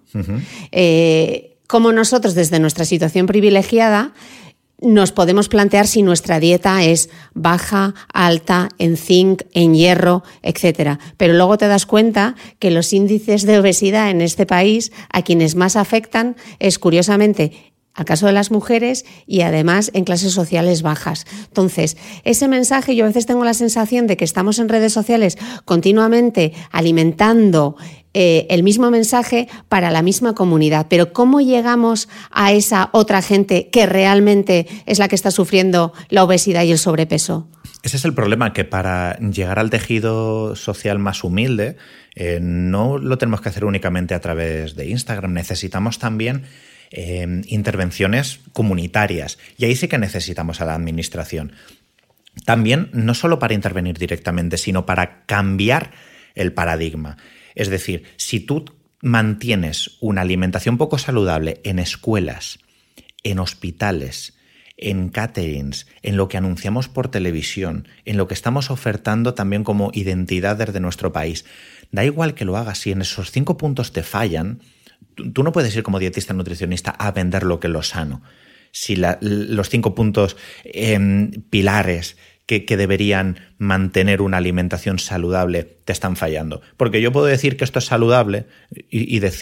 Como nosotros, desde nuestra situación privilegiada, nos podemos plantear si nuestra dieta es baja, alta, en zinc, en hierro, etcétera. Pero luego te das cuenta que los índices de obesidad en este país, a quienes más afectan, es curiosamente al caso de las mujeres y además en clases sociales bajas. Entonces, ese mensaje, yo a veces tengo la sensación de que estamos en redes sociales continuamente alimentando el mismo mensaje para la misma comunidad. Pero ¿cómo llegamos a esa otra gente que realmente es la que está sufriendo la obesidad y el sobrepeso? Ese es el problema, que para llegar al tejido social más humilde no lo tenemos que hacer únicamente a través de Instagram. Necesitamos también intervenciones comunitarias, y ahí sí que necesitamos a la administración. También, no solo para intervenir directamente, sino para cambiar el paradigma. Es decir, si tú mantienes una alimentación poco saludable en escuelas, en hospitales, en caterings, en lo que anunciamos por televisión, en lo que estamos ofertando también como identidad desde nuestro país, da igual que lo hagas, si en esos 5 puntos te fallan, tú no puedes ir como dietista nutricionista a vender lo que es lo sano. Si los 5 puntos pilares que deberían mantener una alimentación saludable te están fallando. Porque yo puedo decir que esto es saludable y decir,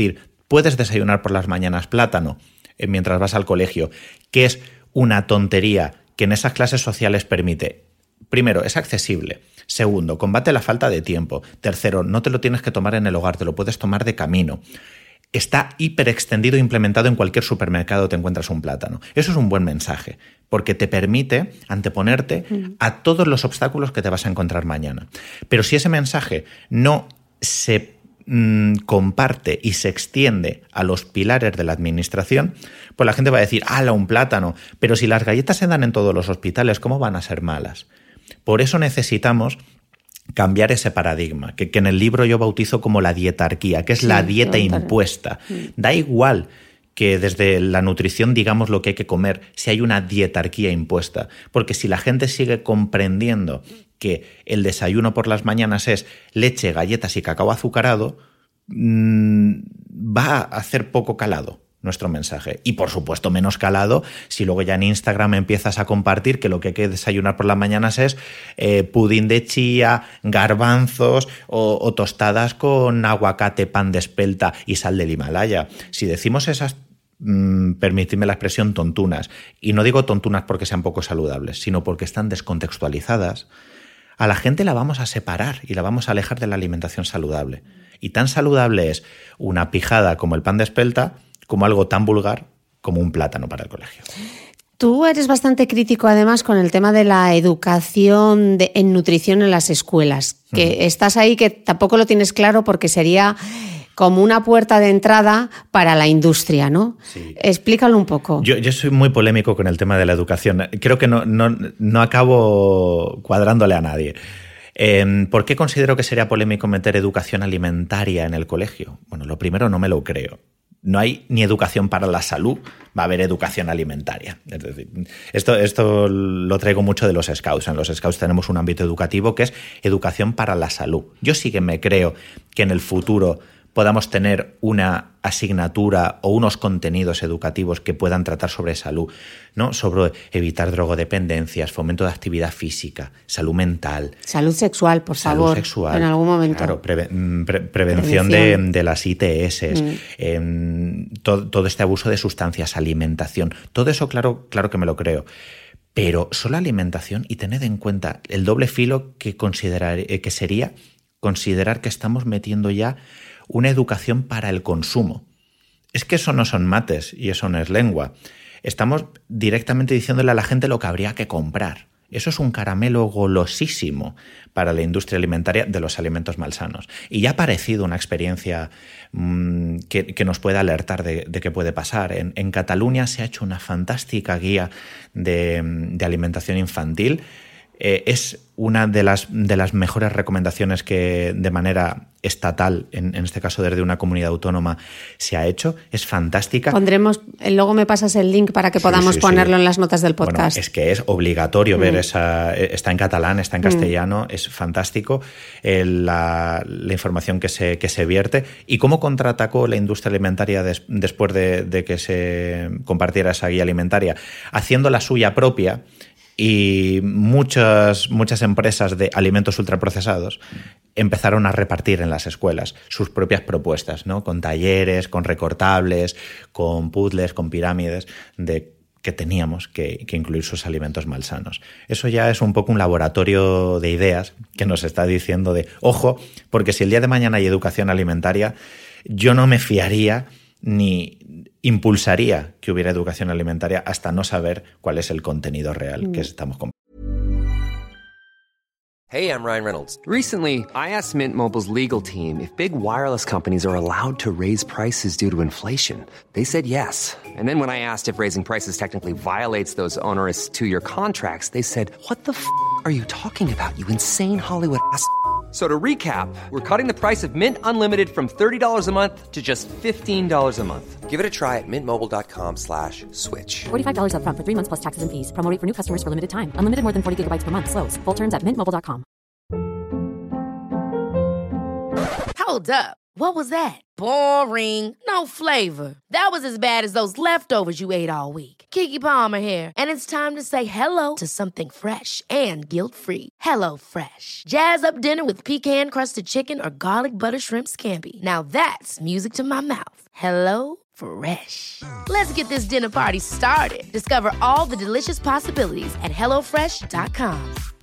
Puedes desayunar por las mañanas plátano mientras vas al colegio, que es una tontería que en esas clases sociales permite. Primero, es accesible. Segundo, combate la falta de tiempo. Tercero, no te lo tienes que tomar en el hogar, te lo puedes tomar de camino. Está hiperextendido e implementado en cualquier supermercado, te encuentras un plátano. Eso es un buen mensaje, porque te permite anteponerte a todos los obstáculos que te vas a encontrar mañana. Pero si ese mensaje no se comparte y se extiende a los pilares de la administración, pues la gente va a decir, ¡hala, un plátano! Pero si las galletas se dan en todos los hospitales, ¿cómo van a ser malas? Por eso necesitamos cambiar ese paradigma, que en el libro yo bautizo como la dietarquía, que es la dieta impuesta. Da igual que desde la nutrición digamos lo que hay que comer, si hay una dietarquía impuesta. Porque si la gente sigue comprendiendo que el desayuno por las mañanas es leche, galletas y cacao azucarado, va a hacer poco calado nuestro mensaje. Y por supuesto menos calado si luego ya en Instagram empiezas a compartir que lo que hay que desayunar por las mañanas es pudín de chía, garbanzos o tostadas con aguacate, pan de espelta y sal del Himalaya. Si decimos esas, permitidme la expresión, tontunas, y no digo tontunas porque sean poco saludables, sino porque están descontextualizadas, a la gente la vamos a separar y la vamos a alejar de la alimentación saludable. Y tan saludable es una pijada como el pan de espelta como algo tan vulgar como un plátano para el colegio. Tú eres bastante crítico además con el tema de la educación en nutrición en las escuelas, que estás ahí que tampoco lo tienes claro porque sería como una puerta de entrada para la industria, ¿no? Sí. Explícalo un poco. Yo soy muy polémico con el tema de la educación. Creo que no acabo cuadrándole a nadie. ¿Por qué considero que sería polémico meter educación alimentaria en el colegio? Bueno, lo primero, no me lo creo. No hay ni educación para la salud, va a haber educación alimentaria. Es decir, esto lo traigo mucho de los Scouts. En los Scouts tenemos un ámbito educativo que es educación para la salud. Yo sí que me creo que en el futuro podamos tener una asignatura o unos contenidos educativos que puedan tratar sobre salud, ¿no? Sobre evitar drogodependencias, fomento de actividad física, salud mental. Salud sexual, por favor. Salud sexual. En algún momento. Claro, prevención de las ITS, todo este abuso de sustancias, alimentación. Todo eso, claro que me lo creo. Pero solo alimentación, y tened en cuenta el doble filo que sería considerar que estamos metiendo ya una educación para el consumo. Es que eso no son mates y eso no es lengua. Estamos directamente diciéndole a la gente lo que habría que comprar. Eso es un caramelo golosísimo para la industria alimentaria de los alimentos malsanos. Y ya ha aparecido una experiencia que nos puede alertar de qué puede pasar. En Cataluña se ha hecho una fantástica guía de alimentación infantil. Es una de las mejores recomendaciones que de manera estatal, en este caso desde una comunidad autónoma, se ha hecho. Es fantástica. Luego me pasas el link para que podamos ponerlo en las notas del podcast. Bueno, es que es obligatorio ver esa. Está en catalán, está en castellano, es fantástico la información que se vierte. Y cómo contraatacó la industria alimentaria después de que se compartiera esa guía alimentaria, haciendo la suya propia. Y muchas empresas de alimentos ultraprocesados empezaron a repartir en las escuelas sus propias propuestas, ¿no? Con talleres, con recortables, con puzzles, con pirámides, de que teníamos que incluir sus alimentos malsanos. Eso ya es un poco un laboratorio de ideas que nos está diciendo de, ojo, porque si el día de mañana hay educación alimentaria, yo no me fiaría ni impulsaría que hubiera educación alimentaria hasta no saber cuál es el contenido real que estamos comprando. Hey, I'm Ryan Reynolds. Recently, I asked Mint Mobile's legal team if big wireless companies are allowed to raise prices due to inflation. They said yes. And then when I asked if raising prices technically violates those onerous two-year contracts, they said, "What the f*** are you talking about, you insane Hollywood ass?" So to recap, we're cutting the price of Mint Unlimited from $30 a month to just $15 a month. Give it a try at mintmobile.com/switch. $45 up front for 3 months plus taxes and fees. Promo rate for new customers for limited time. Unlimited more than 40 gigabytes per month. Slows full terms at mintmobile.com. Hold up. What was that? Boring. No flavor. That was as bad as those leftovers you ate all week. Keke Palmer here, and it's time to say hello to something fresh and guilt-free. Hello Fresh. Jazz up dinner with pecan-crusted chicken or garlic butter shrimp scampi. Now that's music to my mouth. Hello Fresh. Let's get this dinner party started. Discover all the delicious possibilities at hellofresh.com.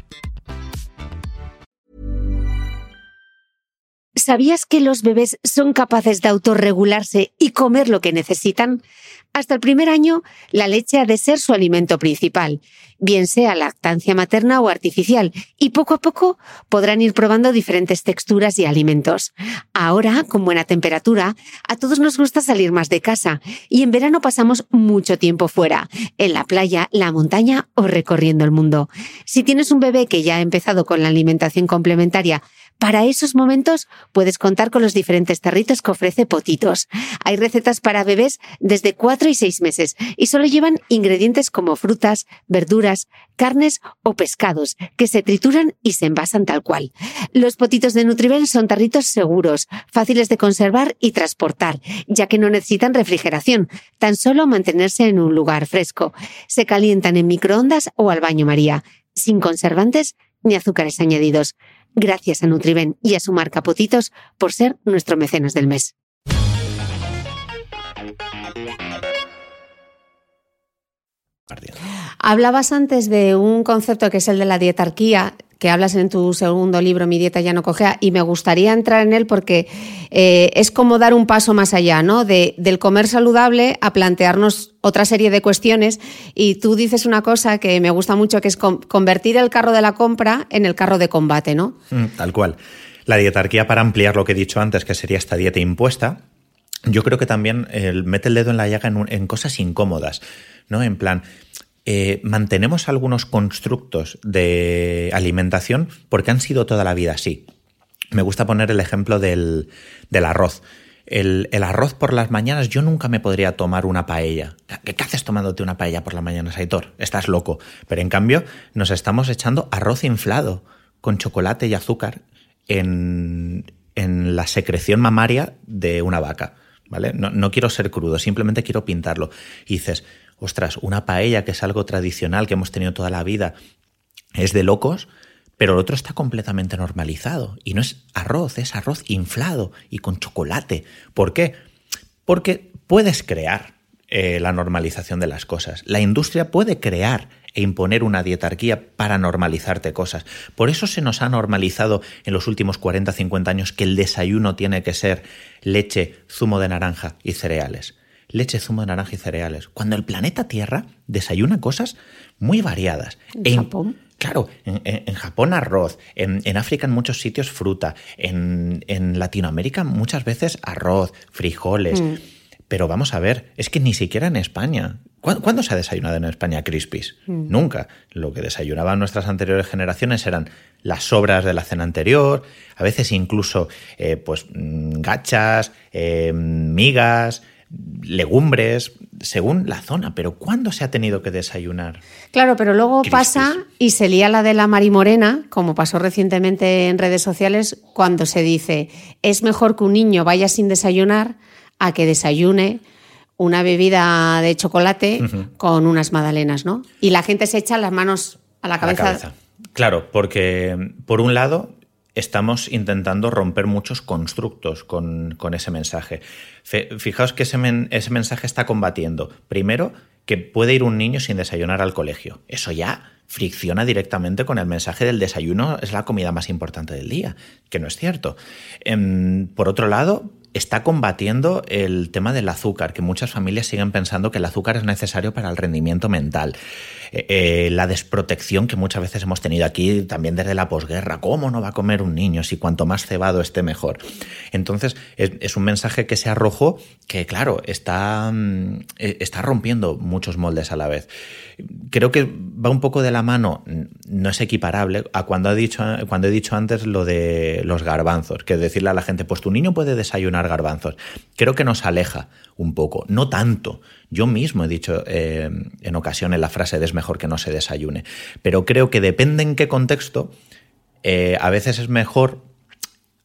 ¿Sabías que los bebés son capaces de autorregularse y comer lo que necesitan? Hasta el primer año, la leche ha de ser su alimento principal, bien sea lactancia materna o artificial, y poco a poco podrán ir probando diferentes texturas y alimentos. Ahora, con buena temperatura, a todos nos gusta salir más de casa, y en verano pasamos mucho tiempo fuera, en la playa, la montaña o recorriendo el mundo. Si tienes un bebé que ya ha empezado con la alimentación complementaria, para esos momentos puedes contar con los diferentes tarritos que ofrece Potitos. Hay recetas para bebés desde 4 y 6 meses y solo llevan ingredientes como frutas, verduras, carnes o pescados que se trituran y se envasan tal cual. Los Potitos de Nutriben son tarritos seguros, fáciles de conservar y transportar, ya que no necesitan refrigeración, tan solo mantenerse en un lugar fresco. Se calientan en microondas o al baño María, sin conservantes ni azúcares añadidos. Gracias a Nutriben y a su marca Potitos por ser nuestro mecenas del mes. Hablabas antes de un concepto que es el de la dietarquía, que hablas en tu segundo libro, Mi dieta ya no cojea, y me gustaría entrar en él porque es como dar un paso más allá, ¿no? Del comer saludable a plantearnos otra serie de cuestiones, y tú dices una cosa que me gusta mucho, que es convertir el carro de la compra en el carro de combate, ¿no? Tal cual. La dietarquía, para ampliar lo que he dicho antes, que sería esta dieta impuesta, yo creo que también mete el dedo en la llaga en cosas incómodas, ¿no? En plan, mantenemos algunos constructos de alimentación porque han sido toda la vida así. Me gusta poner el ejemplo del arroz. El arroz por las mañanas, yo nunca me podría tomar una paella. ¿Qué haces tomándote una paella por las mañanas, Aitor? Estás loco. Pero en cambio nos estamos echando arroz inflado con chocolate y azúcar en la secreción mamaria de una vaca, ¿vale? No quiero ser crudo, simplemente quiero pintarlo. Y dices, ostras, una paella, que es algo tradicional que hemos tenido toda la vida, es de locos, pero el otro está completamente normalizado. Y no es arroz, es arroz inflado y con chocolate. ¿Por qué? Porque puedes crear la normalización de las cosas. La industria puede crear e imponer una dietarquía para normalizarte cosas. Por eso se nos ha normalizado en los últimos 40, 50 años que el desayuno tiene que ser leche, zumo de naranja y cereales. Leche, zumo de naranja y cereales. Cuando el planeta Tierra desayuna cosas muy variadas. ¿En Japón? Claro, en Japón arroz, en África en muchos sitios fruta, en Latinoamérica muchas veces arroz, frijoles. Pero vamos a ver, es que ni siquiera en España. ¿Cuándo se ha desayunado en España Crispies? Nunca. Lo que desayunaban nuestras anteriores generaciones eran las sobras de la cena anterior, a veces incluso gachas, migas, legumbres, según la zona. Pero ¿cuándo se ha tenido que desayunar? Claro, pero luego Crispies? pasa y se lía la de la marimorena, como pasó recientemente en redes sociales, cuando se dice es mejor que un niño vaya sin desayunar a que desayune una bebida de chocolate con unas magdalenas, ¿no? Y la gente se echa las manos a la cabeza. Claro, porque por un lado estamos intentando romper muchos constructos con ese mensaje. Fijaos que ese mensaje está combatiendo, primero, que puede ir un niño sin desayunar al colegio. Eso ya fricciona directamente con el mensaje del desayuno es la comida más importante del día, que no es cierto. Por otro lado, está combatiendo el tema del azúcar, que muchas familias siguen pensando que el azúcar es necesario para el rendimiento mental. La desprotección que muchas veces hemos tenido aquí también desde la posguerra. ¿Cómo no va a comer un niño si cuanto más cebado esté mejor? Entonces es un mensaje que se arrojó que, claro, está rompiendo muchos moldes a la vez. Creo que va un poco de la mano, no es equiparable a cuando he dicho antes lo de los garbanzos, que es decirle a la gente, pues tu niño puede desayunar garbanzos. Creo que nos aleja un poco, no tanto. Yo mismo he dicho en ocasiones la frase de es mejor que no se desayune, pero creo que depende en qué contexto, a veces es mejor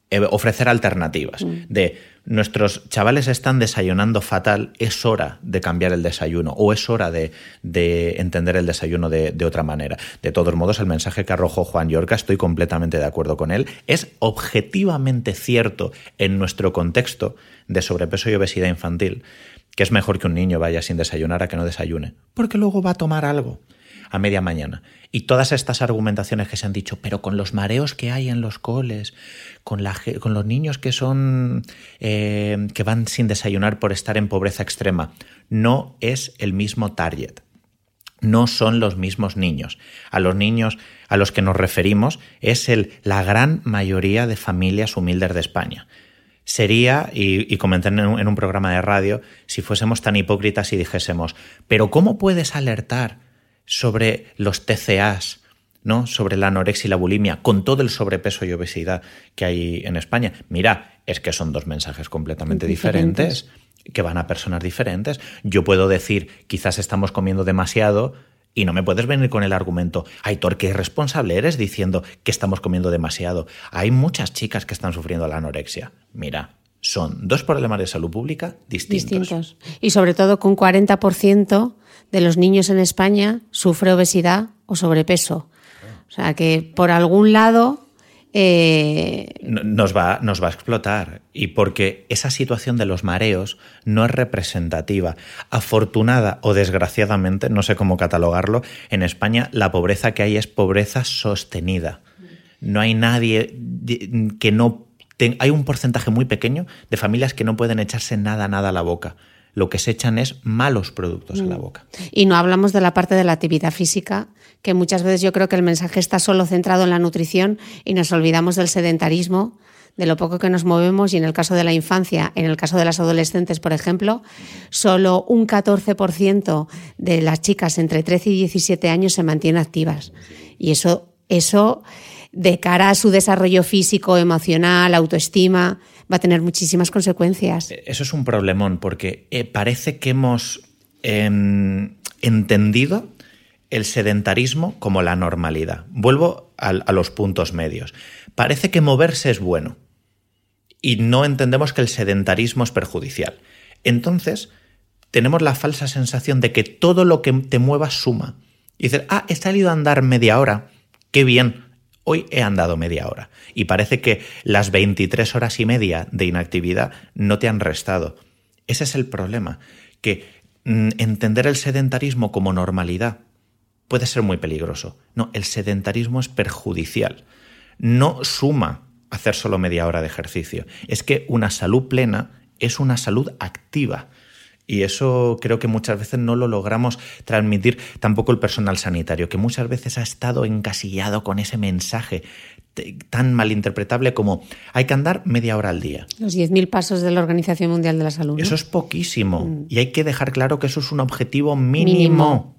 ofrecer alternativas. De nuestros chavales están desayunando fatal, es hora de cambiar el desayuno o es hora de entender el desayuno de otra manera. De todos modos, el mensaje que arrojó Juan Llorca, estoy completamente de acuerdo con él, es objetivamente cierto en nuestro contexto de sobrepeso y obesidad infantil, que es mejor que un niño vaya sin desayunar a que no desayune, porque luego va a tomar algo a media mañana. Y todas estas argumentaciones que se han dicho, pero con los mareos que hay en los coles, con los niños que son que van sin desayunar por estar en pobreza extrema, no es el mismo target. No son los mismos niños. A los niños a los que nos referimos es la gran mayoría de familias humildes de España. Sería, y comenté en un programa de radio, si fuésemos tan hipócritas y dijésemos, pero ¿cómo puedes alertar sobre los TCAs, ¿no? Sobre la anorexia y la bulimia, con todo el sobrepeso y obesidad que hay en España? Mira, es que son dos mensajes completamente diferentes, que van a personas diferentes. Yo puedo decir, quizás estamos comiendo demasiado, y no me puedes venir con el argumento, Aitor, qué irresponsable eres diciendo que estamos comiendo demasiado. Hay muchas chicas que están sufriendo la anorexia. Mira, son dos problemas de salud pública distintos. Y sobre todo que un 40% de los niños en España sufre obesidad o sobrepeso. O sea que por algún lado nos va a explotar. Y porque esa situación de los mareos no es representativa. Afortunada o desgraciadamente, no sé cómo catalogarlo, en España la pobreza que hay es pobreza sostenida. No hay nadie que no... Hay un porcentaje muy pequeño de familias que no pueden echarse nada a la boca. Lo que se echan es malos productos a la boca. Y no hablamos de la parte de la actividad física, que muchas veces yo creo que el mensaje está solo centrado en la nutrición y nos olvidamos del sedentarismo, de lo poco que nos movemos, y en el caso de la infancia, en el caso de las adolescentes, por ejemplo, solo un 14% de las chicas entre 13 y 17 años se mantienen activas. Y eso de cara a su desarrollo físico, emocional, autoestima, va a tener muchísimas consecuencias. Eso es un problemón, porque parece que hemos entendido el sedentarismo como la normalidad. Vuelvo a los puntos medios. Parece que moverse es bueno y no entendemos que el sedentarismo es perjudicial. Entonces, tenemos la falsa sensación de que todo lo que te muevas suma. Y dices, he salido a andar media hora, qué bien, hoy he andado media hora. Y parece que las 23 horas y media de inactividad no te han restado. Ese es el problema, que entender el sedentarismo como normalidad puede ser muy peligroso. No, el sedentarismo es perjudicial. No suma hacer solo media hora de ejercicio. Es que una salud plena es una salud activa. Y eso creo que muchas veces no lo logramos transmitir tampoco el personal sanitario, que muchas veces ha estado encasillado con ese mensaje tan malinterpretable como hay que andar media hora al día. Los 10.000 pasos de la Organización Mundial de la Salud, ¿no? Eso es poquísimo. Y hay que dejar claro que eso es un objetivo mínimo.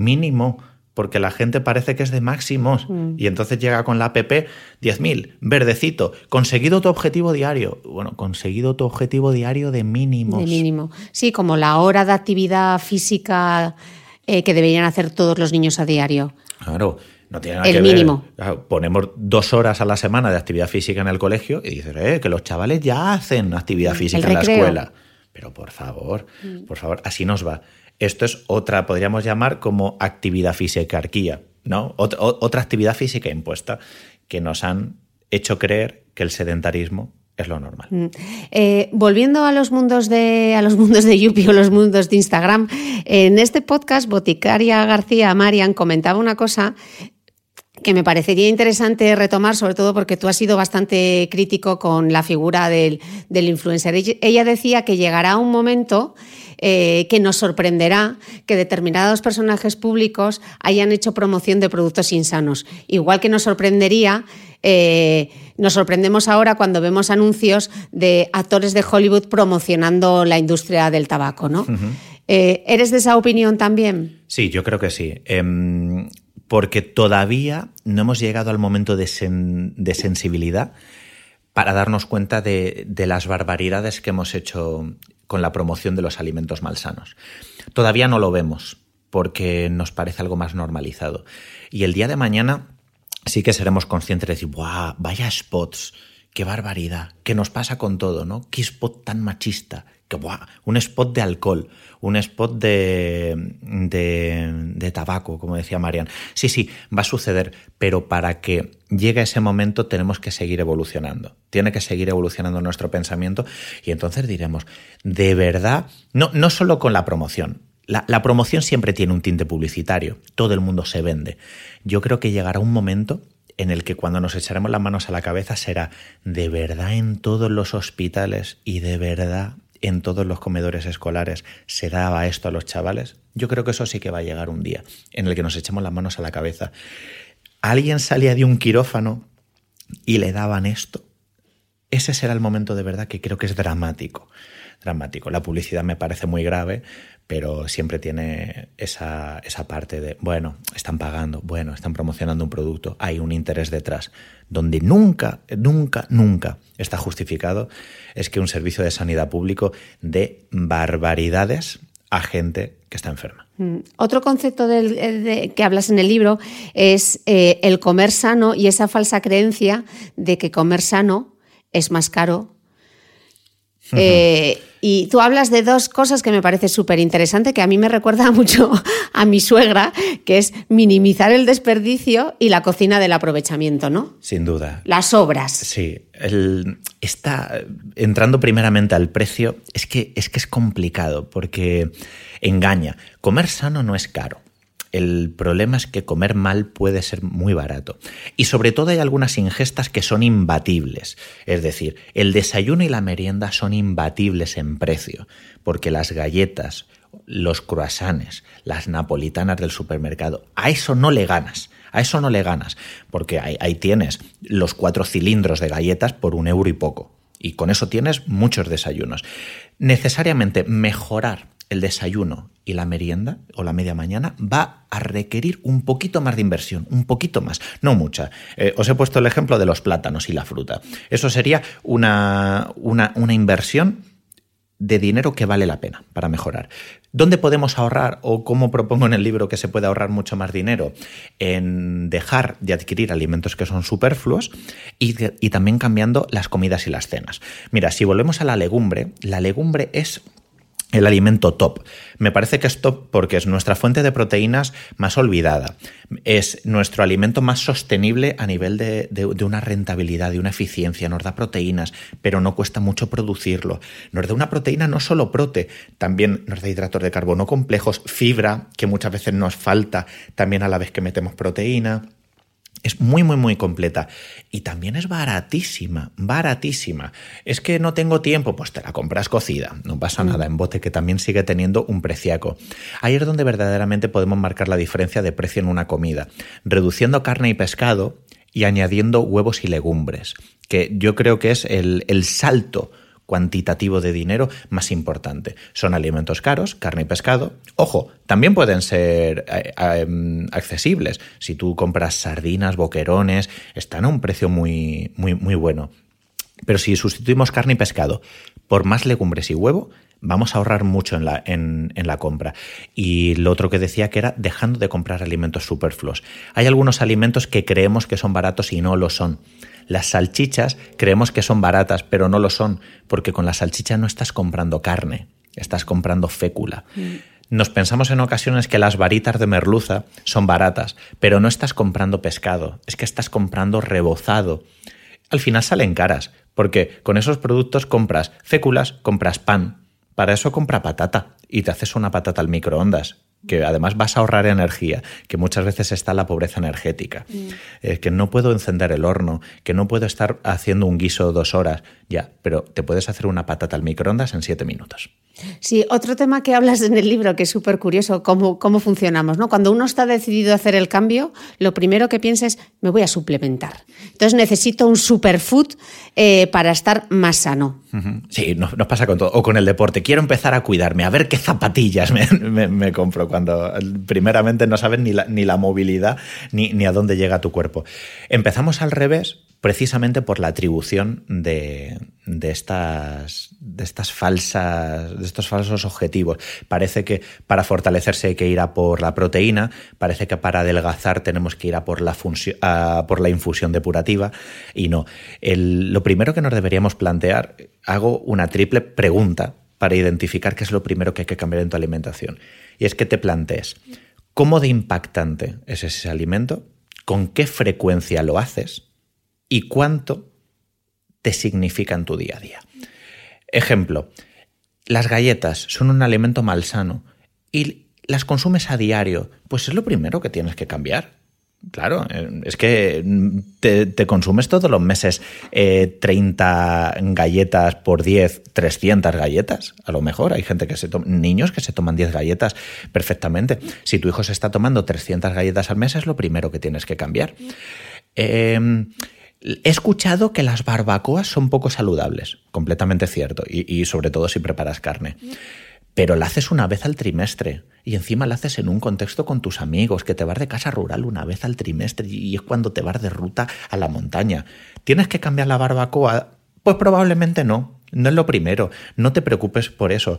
Porque la gente parece que es de máximos y entonces llega con la app 10.000, verdecito, conseguido tu objetivo diario. Bueno, conseguido tu objetivo diario de mínimos. De mínimo. Sí, como la hora de actividad física que deberían hacer todos los niños a diario. Claro, no tiene nada el que mínimo. ver. Claro, ponemos 2 horas a la semana de actividad física en el colegio y dices, que los chavales ya hacen actividad física en la escuela. Pero por favor, así nos va. Esto es otra, podríamos llamar como actividad fisicarquía, ¿no? Otra actividad física impuesta que nos han hecho creer que el sedentarismo es lo normal. Volviendo a los mundos de Yupi o los mundos de Instagram, en este podcast Boticaria García Marian comentaba una cosa que me parecería interesante retomar, sobre todo porque tú has sido bastante crítico con la figura del influencer. Ella decía que llegará un momento que nos sorprenderá que determinados personajes públicos hayan hecho promoción de productos insanos. Igual que nos sorprendemos ahora cuando vemos anuncios de actores de Hollywood promocionando la industria del tabaco, ¿no? Uh-huh. ¿Eres de esa opinión también? Sí, yo creo que sí. Porque todavía no hemos llegado al momento de sensibilidad para darnos cuenta de las barbaridades que hemos hecho con la promoción de los alimentos malsanos. Todavía no lo vemos porque nos parece algo más normalizado. Y el día de mañana sí que seremos conscientes de decir, ¡buah! Vaya spots qué barbaridad, qué nos pasa con todo, ¿no? Qué spot tan machista, que ¡buah! Un spot de alcohol, un spot de tabaco, como decía Marian. Sí, va a suceder, pero para que llegue ese momento tenemos que seguir evolucionando. Tiene que seguir evolucionando nuestro pensamiento y entonces diremos, de verdad, no solo con la promoción. La promoción siempre tiene un tinte publicitario, todo el mundo se vende. Yo creo que llegará un momento en el que cuando nos echaremos las manos a la cabeza será de verdad en todos los hospitales y de verdad en todos los comedores escolares se daba esto a los chavales. Yo creo que eso sí que va a llegar un día en el que nos echemos las manos a la cabeza. ¿Alguien salía de un quirófano y le daban esto? Ese será el momento de verdad que creo que es dramático. La publicidad me parece muy grave, pero siempre tiene esa parte de, bueno, están pagando, bueno, están promocionando un producto, hay un interés detrás. Donde nunca está justificado es que un servicio de sanidad público dé barbaridades a gente que está enferma. Otro concepto que hablas en el libro es el comer sano y esa falsa creencia de que comer sano es más caro. Y tú hablas de dos cosas que me parece súper interesante, que a mí me recuerda mucho a mi suegra, que es minimizar el desperdicio y la cocina del aprovechamiento, ¿no? Sin duda. Las sobras. Sí. Está entrando primeramente al precio, es que es complicado porque engaña. Comer sano no es caro. El problema es que comer mal puede ser muy barato. Y sobre todo hay algunas ingestas que son imbatibles. Es decir, el desayuno y la merienda son imbatibles en precio, porque las galletas, los croissants, las napolitanas del supermercado, a eso no le ganas. Porque ahí tienes los 4 cilindros de galletas por €1 y poco. Y con eso tienes muchos desayunos. Necesariamente mejorar el desayuno y la merienda o la media mañana va a requerir un poquito más de inversión, un poquito más, no mucha. Os he puesto el ejemplo de los plátanos y la fruta. Eso sería una inversión de dinero que vale la pena para mejorar. ¿Dónde podemos ahorrar o cómo propongo en el libro que se puede ahorrar mucho más dinero? En dejar de adquirir alimentos que son superfluos y también cambiando las comidas y las cenas. Mira, si volvemos a la legumbre es el alimento top. Me parece que es top porque es nuestra fuente de proteínas más olvidada. Es nuestro alimento más sostenible a nivel de una rentabilidad, de una eficiencia. Nos da proteínas, pero no cuesta mucho producirlo. Nos da una proteína no solo también nos da hidratos de carbono complejos, fibra, que muchas veces nos falta también a la vez que metemos proteína. Es muy, muy, muy completa. Y también es baratísima. Es que no tengo tiempo, pues te la compras cocida. No pasa nada, en bote, que también sigue teniendo un preciaco. Ahí es donde verdaderamente podemos marcar la diferencia de precio en una comida. Reduciendo carne y pescado y añadiendo huevos y legumbres. Que yo creo que es el salto cuantitativo de dinero más importante. Son alimentos caros, carne y pescado. Ojo, también pueden ser accesibles. Si tú compras sardinas, boquerones, están a un precio muy, muy, muy bueno. Pero si sustituimos carne y pescado por más legumbres y huevo, vamos a ahorrar mucho en la compra. Y lo otro que decía que era dejando de comprar alimentos superfluos. Hay algunos alimentos que creemos que son baratos y no lo son. Las salchichas creemos que son baratas, pero no lo son, porque con la salchicha no estás comprando carne, estás comprando fécula. Nos pensamos en ocasiones que las varitas de merluza son baratas, pero no estás comprando pescado, es que estás comprando rebozado. Al final salen caras, porque con esos productos compras féculas, compras pan. Para eso compra patata y te haces una patata al microondas, que además vas a ahorrar energía, que muchas veces está la pobreza energética. Que no puedo encender el horno, que no puedo estar haciendo un guiso 2 horas, ya, pero te puedes hacer una patata al microondas en 7 minutos. Sí, otro tema que hablas en el libro que es súper curioso, cómo funcionamos, ¿no? Cuando uno está decidido a hacer el cambio, lo primero que piensa es, me voy a suplementar. Entonces necesito un superfood para estar más sano. Sí, nos pasa con todo. O con el deporte. Quiero empezar a cuidarme, a ver qué zapatillas me compro, cuando primeramente no sabes ni la movilidad ni a dónde llega tu cuerpo. Empezamos al revés, precisamente por la atribución de de estos falsos objetivos. Parece que para fortalecerse hay que ir a por la proteína, parece que para adelgazar tenemos que ir a por la infusión depurativa, y no. Lo primero que nos deberíamos plantear, hago una triple pregunta para identificar qué es lo primero que hay que cambiar en tu alimentación. Y es que te plantees, ¿cómo de impactante es ese alimento? ¿Con qué frecuencia lo haces? ¿Y cuánto te significa en tu día a día? Ejemplo, las galletas son un alimento malsano y las consumes a diario. Pues es lo primero que tienes que cambiar. Claro, es que te consumes todos los meses 30 galletas por 10, 300 galletas. A lo mejor hay gente niños que se toman 10 galletas perfectamente. Si tu hijo se está tomando 300 galletas al mes, es lo primero que tienes que cambiar. He escuchado que las barbacoas son poco saludables, completamente cierto, y sobre todo si preparas carne. Pero la haces una vez al trimestre y encima la haces en un contexto con tus amigos, que te vas de casa rural una vez al trimestre y es cuando te vas de ruta a la montaña. ¿Tienes que cambiar la barbacoa? Pues probablemente no es lo primero. No te preocupes por eso.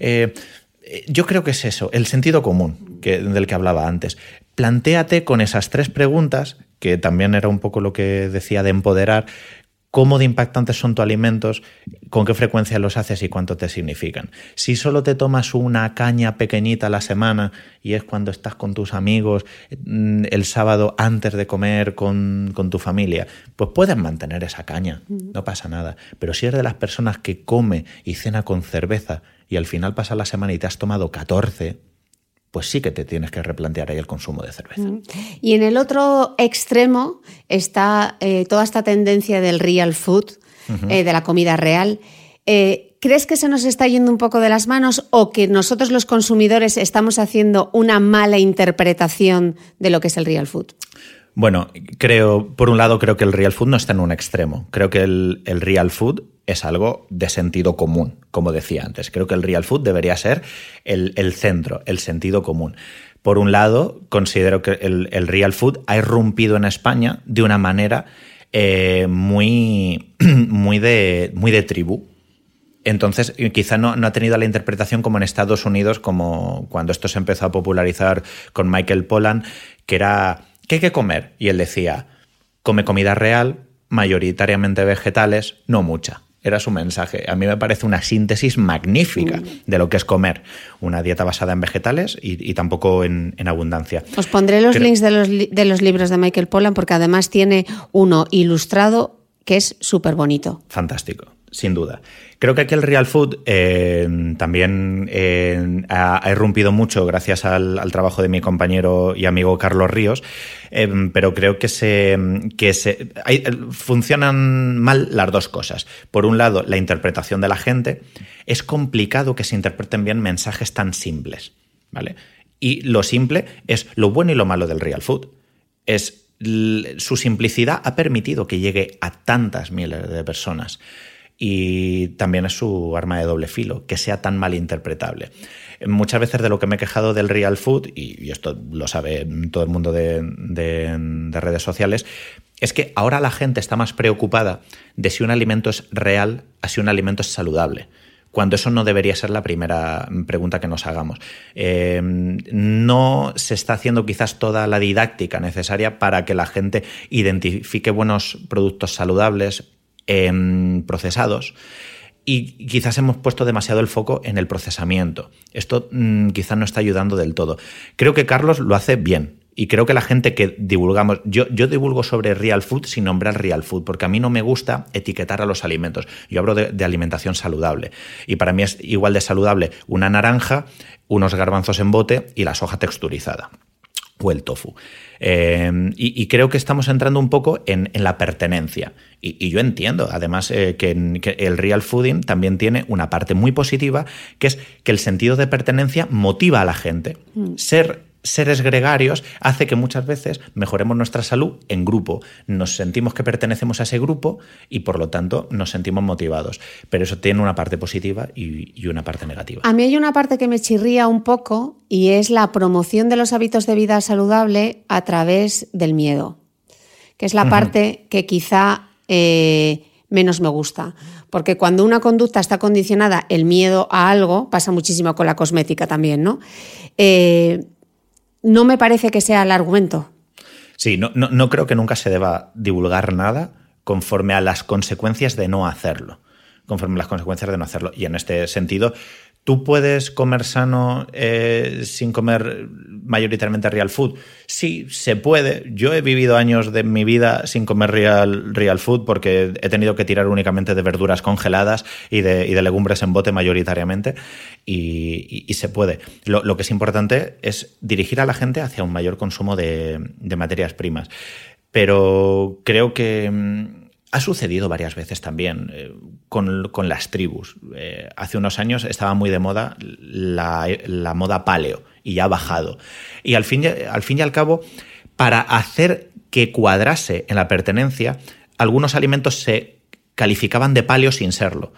Yo creo que es eso, el sentido común del que hablaba antes. Plantéate con esas 3 preguntas, que también era un poco lo que decía de empoderar, cómo de impactantes son tus alimentos, con qué frecuencia los haces y cuánto te significan. Si solo te tomas una caña pequeñita a la semana y es cuando estás con tus amigos el sábado antes de comer con tu familia, pues puedes mantener esa caña, no pasa nada. Pero si eres de las personas que come y cena con cerveza y al final pasa la semana y te has tomado 14, pues sí que te tienes que replantear ahí el consumo de cerveza. Y en el otro extremo está toda esta tendencia del real food, de la comida real. ¿Crees que se nos está yendo un poco de las manos o que nosotros los consumidores estamos haciendo una mala interpretación de lo que es el real food? Bueno, por un lado creo que el real food no está en un extremo. Creo que el real food es algo de sentido común, como decía antes. Creo que el real food debería ser el centro, el sentido común. Por un lado, considero que el real food ha irrumpido en España de una manera muy de tribu. Entonces, quizá no ha tenido la interpretación como en Estados Unidos, como cuando esto se empezó a popularizar con Michael Pollan, que era, ¿qué hay que comer? Y él decía, come comida real, mayoritariamente vegetales, no mucha. Era su mensaje. A mí me parece una síntesis magnífica de lo que es comer. Una dieta basada en vegetales y tampoco en abundancia. Os pondré los links de los libros de Michael Pollan porque además tiene uno ilustrado que es súper bonito. Fantástico, sin duda. Creo que aquí el real food también ha irrumpido mucho gracias al trabajo de mi compañero y amigo Carlos Ríos, pero creo que funcionan mal las dos cosas. Por un lado, la interpretación de la gente. Es complicado que se interpreten bien mensajes tan simples, ¿vale? Y lo simple es lo bueno y lo malo del real food. Su simplicidad ha permitido que llegue a tantas miles de personas. Y también es su arma de doble filo, que sea tan malinterpretable. Muchas veces de lo que me he quejado del real food, y esto lo sabe todo el mundo de redes sociales, es que ahora la gente está más preocupada de si un alimento es real a si un alimento es saludable, cuando eso no debería ser la primera pregunta que nos hagamos. No se está haciendo quizás toda la didáctica necesaria para que la gente identifique buenos productos saludables procesados, y quizás hemos puesto demasiado el foco en el procesamiento. Esto quizás no está ayudando del todo. Creo que Carlos lo hace bien y creo que la gente que divulgamos... Yo divulgo sobre real food sin nombrar real food porque a mí no me gusta etiquetar a los alimentos. Yo hablo de alimentación saludable y para mí es igual de saludable una naranja, unos garbanzos en bote y la soja texturizada o el tofu. Y creo que estamos entrando un poco en la pertenencia. Y yo entiendo, además, que el real fooding también tiene una parte muy positiva, que es que el sentido de pertenencia motiva a la gente. Ser seres gregarios hace que muchas veces mejoremos nuestra salud en grupo. Nos sentimos que pertenecemos a ese grupo y, por lo tanto, nos sentimos motivados. Pero eso tiene una parte positiva y una parte negativa. A mí hay una parte que me chirría un poco y es la promoción de los hábitos de vida saludable a través del miedo, que es la parte que quizá me menos me gusta. Porque cuando una conducta está condicionada, el miedo a algo, pasa muchísimo con la cosmética también, ¿no? No me parece que sea el argumento. Sí, no creo que nunca se deba divulgar nada conforme a las consecuencias de no hacerlo. Y en este sentido, ¿tú puedes comer sano sin comer mayoritariamente real food? Sí, se puede. Yo he vivido años de mi vida sin comer real food porque he tenido que tirar únicamente de verduras congeladas y de legumbres en bote mayoritariamente, y se puede. Lo que es importante es dirigir a la gente hacia un mayor consumo de materias primas. Pero creo que ha sucedido varias veces también con las tribus. Hace unos años estaba muy de moda la moda paleo y ya ha bajado. Y al fin y al cabo, para hacer que cuadrase en la pertenencia, algunos alimentos se calificaban de paleo sin serlo.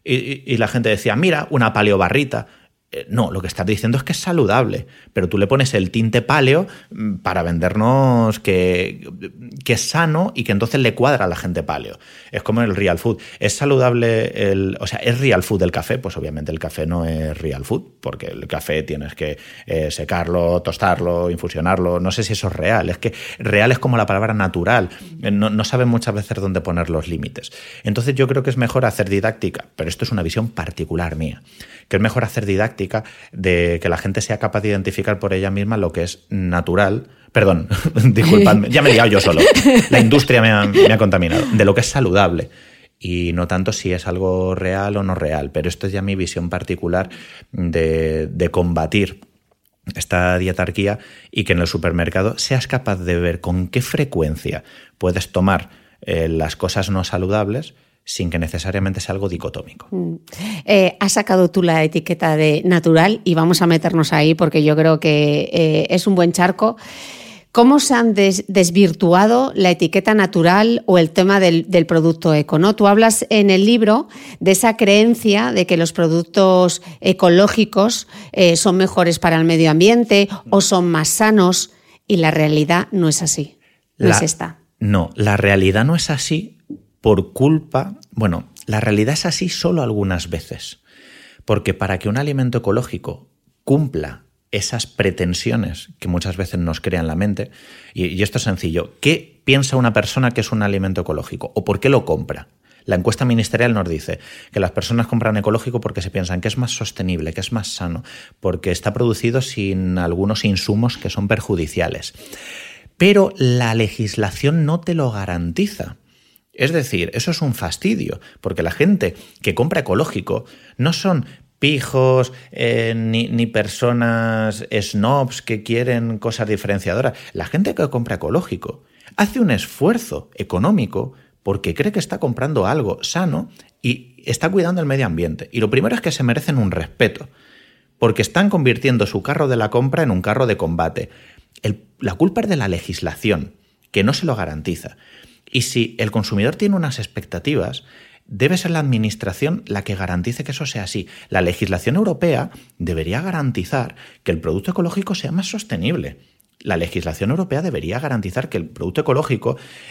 Y la gente decía, mira, una paleobarrita. No, lo que estás diciendo es que es saludable, pero tú le pones el tinte paleo para vendernos que es sano y que entonces le cuadra a la gente paleo. Es como el real food. ¿Es saludable es real food el café? Pues obviamente el café no es real food, porque el café tienes que secarlo, tostarlo, infusionarlo. No sé si eso es real. Es que real es como la palabra natural. No saben muchas veces dónde poner los límites. Entonces yo creo que es mejor hacer didáctica, pero esto es una visión particular mía, que es mejor hacer didáctica de que la gente sea capaz de identificar por ella misma lo que es natural. Perdón, disculpadme, ya me he liado yo solo. La industria me ha contaminado. De lo que es saludable. Y no tanto si es algo real o no real. Pero esto es ya mi visión particular de combatir esta dietarquía y que en el supermercado seas capaz de ver con qué frecuencia puedes tomar las cosas no saludables sin que necesariamente sea algo dicotómico. Has sacado tú la etiqueta de natural y vamos a meternos ahí porque yo creo que es un buen charco. ¿Cómo se han desvirtuado la etiqueta natural o el tema del producto eco, ¿no? Tú hablas en el libro de esa creencia de que los productos ecológicos son mejores para el medio ambiente o son más sanos, y la realidad no es así. No es esta. No, la realidad no es así. Por culpa, la realidad es así solo algunas veces, porque para que un alimento ecológico cumpla esas pretensiones que muchas veces nos crean en la mente, y esto es sencillo, ¿qué piensa una persona que es un alimento ecológico o por qué lo compra? La encuesta ministerial nos dice que las personas compran ecológico porque se piensan que es más sostenible, que es más sano, porque está producido sin algunos insumos que son perjudiciales. Pero la legislación no te lo garantiza. Es decir, eso es un fastidio, porque la gente que compra ecológico no son pijos ni personas snobs que quieren cosas diferenciadoras. La gente que compra ecológico hace un esfuerzo económico porque cree que está comprando algo sano y está cuidando el medio ambiente. Y lo primero es que se merecen un respeto, porque están convirtiendo su carro de la compra en un carro de combate. La culpa es de la legislación, que no se lo garantiza. Y si el consumidor tiene unas expectativas, debe ser la administración la que garantice que eso sea así. La legislación europea debería garantizar que el producto ecológico sea más sostenible. La legislación europea debería garantizar que el producto ecológico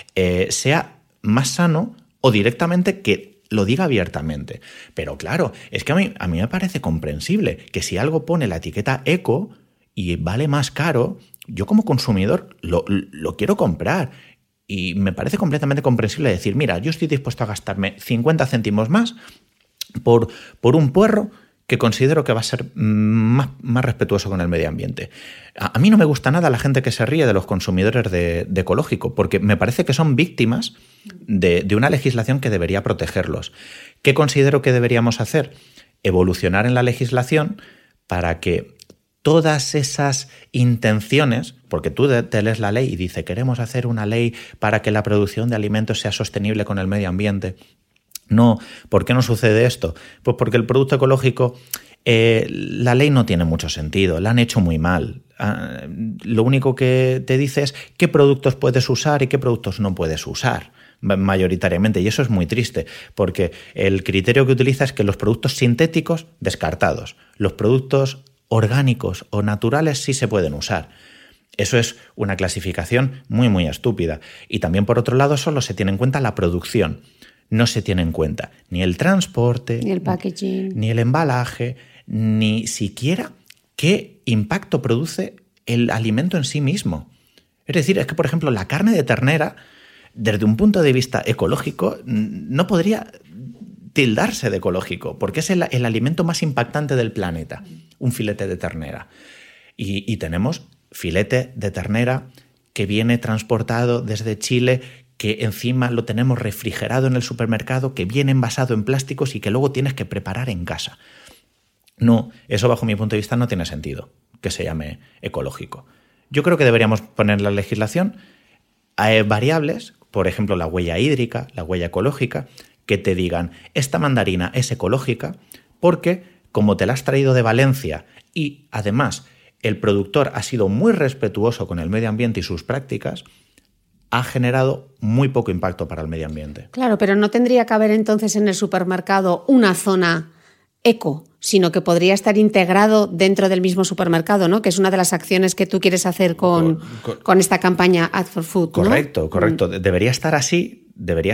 sea más sano o directamente que lo diga abiertamente. Pero claro, es que a mí me parece comprensible que si algo pone la etiqueta eco y vale más caro, yo como consumidor lo quiero comprar. Y me parece completamente comprensible decir, mira, yo estoy dispuesto a gastarme 50 céntimos más por un puerro que considero que va a ser más respetuoso con el medio ambiente. A mí no me gusta nada la gente que se ríe de los consumidores de ecológico, porque me parece que son víctimas de una legislación que debería protegerlos. ¿Qué considero que deberíamos hacer? Evolucionar en la legislación para que todas esas intenciones, porque tú te lees la ley y dice queremos hacer una ley para que la producción de alimentos sea sostenible con el medio ambiente. No, ¿por qué no sucede esto? Pues porque el producto ecológico, la ley no tiene mucho sentido, la han hecho muy mal. Lo único que te dice es qué productos puedes usar y qué productos no puedes usar mayoritariamente, y eso es muy triste, porque el criterio que utiliza es que los productos sintéticos, descartados, los productos orgánicos o naturales sí se pueden usar. Eso es una clasificación muy, muy estúpida. Y también, por otro lado, solo se tiene en cuenta la producción. no se tiene en cuenta ni el transporte, ni el packaging, ni el embalaje, ni siquiera qué impacto produce el alimento en sí mismo. Es decir, es que, por ejemplo, la carne de ternera, desde un punto de vista ecológico, no podría tildarse de ecológico, porque es el alimento más impactante del planeta, un filete de ternera. Y tenemos filete de ternera que viene transportado desde Chile, que encima lo tenemos refrigerado en el supermercado, que viene envasado en plásticos y que luego tienes que preparar en casa. No, eso bajo mi punto de vista no tiene sentido que se llame ecológico. Yo creo que deberíamos poner en la legislación variables, por ejemplo, la huella hídrica, la huella ecológica, que te digan, esta mandarina es ecológica porque, como te la has traído de Valencia y además el productor ha sido muy respetuoso con el medio ambiente y sus prácticas, ha generado muy poco impacto para el medio ambiente. Claro, pero no tendría que haber entonces en el supermercado una zona eco, sino que podría estar integrado dentro del mismo supermercado, ¿no? Que es una de las acciones que tú quieres hacer con esta campaña Add for Food, ¿no? Correcto. Debería estar así,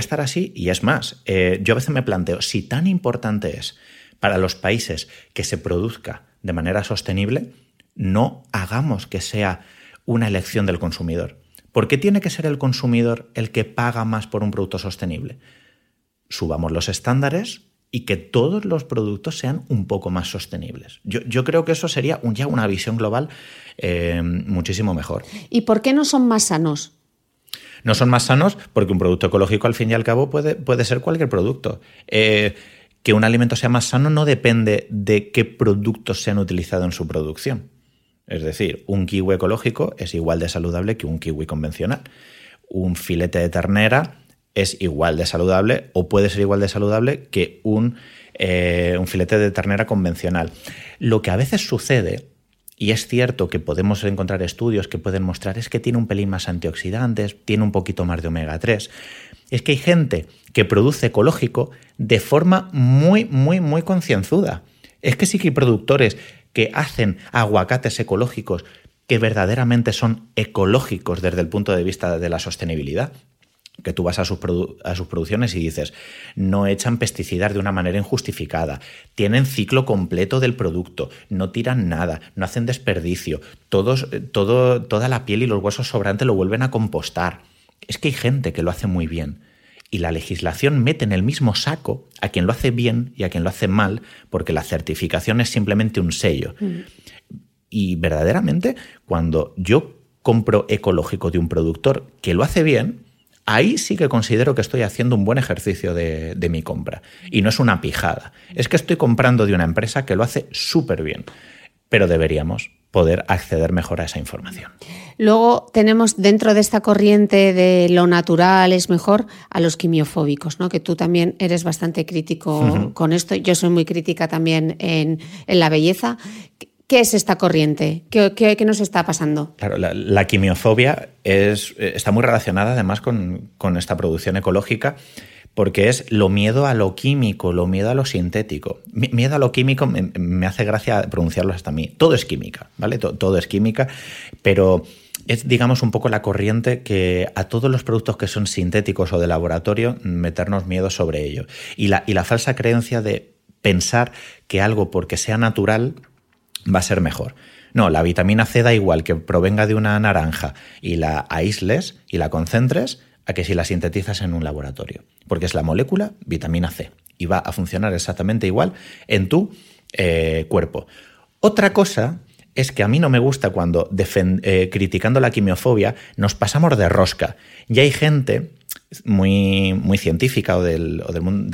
y es más, yo a veces me planteo, si tan importante es para los países que se produzca de manera sostenible, no hagamos que sea una elección del consumidor. ¿Por qué tiene que ser el consumidor el que paga más por un producto sostenible? Subamos los estándares y que todos los productos sean un poco más sostenibles. Yo creo que eso sería ya una visión global muchísimo mejor. ¿Y por qué no son más sanos? No son más sanos porque un producto ecológico, al fin y al cabo, puede ser cualquier producto. Que un alimento sea más sano no depende de qué productos se han utilizado en su producción. Es decir, un kiwi ecológico es igual de saludable que un kiwi convencional. Un filete de ternera es igual de saludable o puede ser igual de saludable que un filete de ternera convencional. Lo que a veces sucede, y es cierto que podemos encontrar estudios que pueden mostrar, es que tiene un pelín más antioxidantes, tiene un poquito más de omega 3. Es que hay gente que produce ecológico de forma muy, muy, muy concienzuda. Es que sí que hay productores que hacen aguacates ecológicos que verdaderamente son ecológicos desde el punto de vista de la sostenibilidad. Que tú vas a sus producciones y dices, no echan pesticidas de una manera injustificada, tienen ciclo completo del producto, no tiran nada, no hacen desperdicio, toda la piel y los huesos sobrantes lo vuelven a compostar. Es que hay gente que lo hace muy bien y la legislación mete en el mismo saco a quien lo hace bien y a quien lo hace mal, porque la certificación es simplemente un sello. Y verdaderamente, cuando yo compro ecológico de un productor que lo hace bien, ahí sí que considero que estoy haciendo un buen ejercicio de mi compra. Y no es una pijada. Es que estoy comprando de una empresa que lo hace súper bien. Pero deberíamos poder acceder mejor a esa información. Luego tenemos dentro de esta corriente de lo natural es mejor a los quimiofóbicos, ¿no? Que tú también eres bastante crítico con esto. Yo soy muy crítica también en la belleza. ¿Qué es esta corriente? ¿Qué nos está pasando? Claro, la quimiofobia está muy relacionada además con esta producción ecológica, porque es lo miedo a lo químico, lo miedo a lo sintético. Miedo a lo químico me hace gracia pronunciarlo hasta a mí. Todo es química, ¿vale? Todo es química, pero es, digamos, un poco la corriente que a todos los productos que son sintéticos o de laboratorio, meternos miedo sobre ello. Y la falsa creencia de pensar que algo porque sea natural va a ser mejor. No, la vitamina C da igual que provenga de una naranja y la aísles y la concentres a que si la sintetizas en un laboratorio. Porque es la molécula vitamina C y va a funcionar exactamente igual en tu cuerpo. Otra cosa es que a mí no me gusta cuando criticando la quimiofobia nos pasamos de rosca. Y hay gente muy, muy científica o del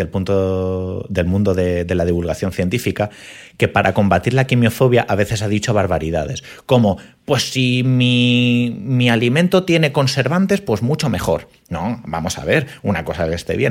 mundo de la divulgación científica que para combatir la quimiofobia a veces ha dicho barbaridades, como, pues si mi alimento tiene conservantes, pues mucho mejor. No, vamos a ver, una cosa que esté bien.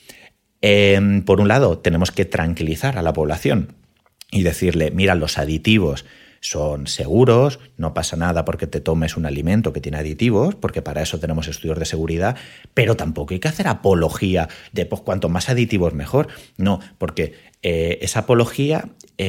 Por un lado, tenemos que tranquilizar a la población y decirle, mira, los aditivos son seguros, no pasa nada porque te tomes un alimento que tiene aditivos, porque para eso tenemos estudios de seguridad, pero tampoco hay que hacer apología de pues cuanto más aditivos mejor. No, porque esa apología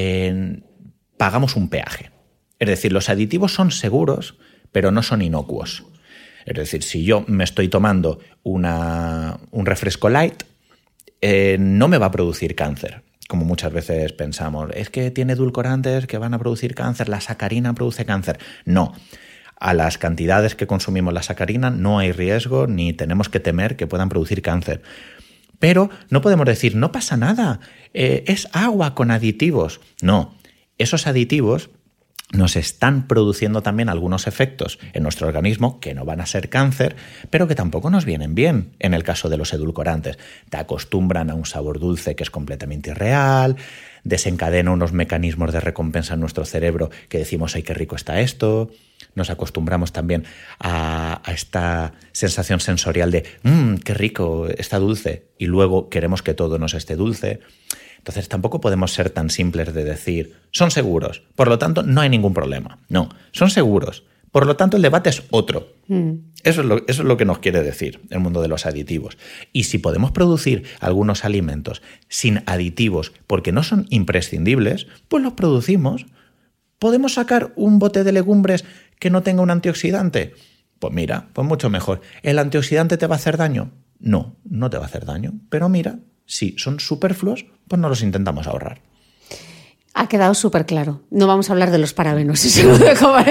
pagamos un peaje. Es decir, los aditivos son seguros, pero no son inocuos. Es decir, si yo me estoy tomando un refresco light, no me va a producir cáncer, como muchas veces pensamos. Es que tiene edulcorantes que van a producir cáncer, la sacarina produce cáncer. No. A las cantidades que consumimos la sacarina no hay riesgo ni tenemos que temer que puedan producir cáncer. Pero no podemos decir, no pasa nada, es agua con aditivos. No, esos aditivos nos están produciendo también algunos efectos en nuestro organismo que no van a ser cáncer, pero que tampoco nos vienen bien en el caso de los edulcorantes. Te acostumbran a un sabor dulce que es completamente irreal, desencadena unos mecanismos de recompensa en nuestro cerebro que decimos, ¡ay, qué rico está esto! Nos acostumbramos también a esta sensación sensorial de ¡qué rico, está dulce! Y luego queremos que todo nos esté dulce. Entonces tampoco podemos ser tan simples de decir, son seguros, por lo tanto no hay ningún problema. No, son seguros, por lo tanto el debate es otro. Eso es lo que nos quiere decir el mundo de los aditivos. Y si podemos producir algunos alimentos sin aditivos porque no son imprescindibles, pues los producimos. ¿Podemos sacar un bote de legumbres que no tenga un antioxidante? Pues mira, pues mucho mejor. ¿El antioxidante te va a hacer daño? No, no te va a hacer daño. Pero mira, si son superfluos, pues no los intentamos ahorrar. Ha quedado súper claro. No vamos a hablar de los parabenos. Eso lo dejo para...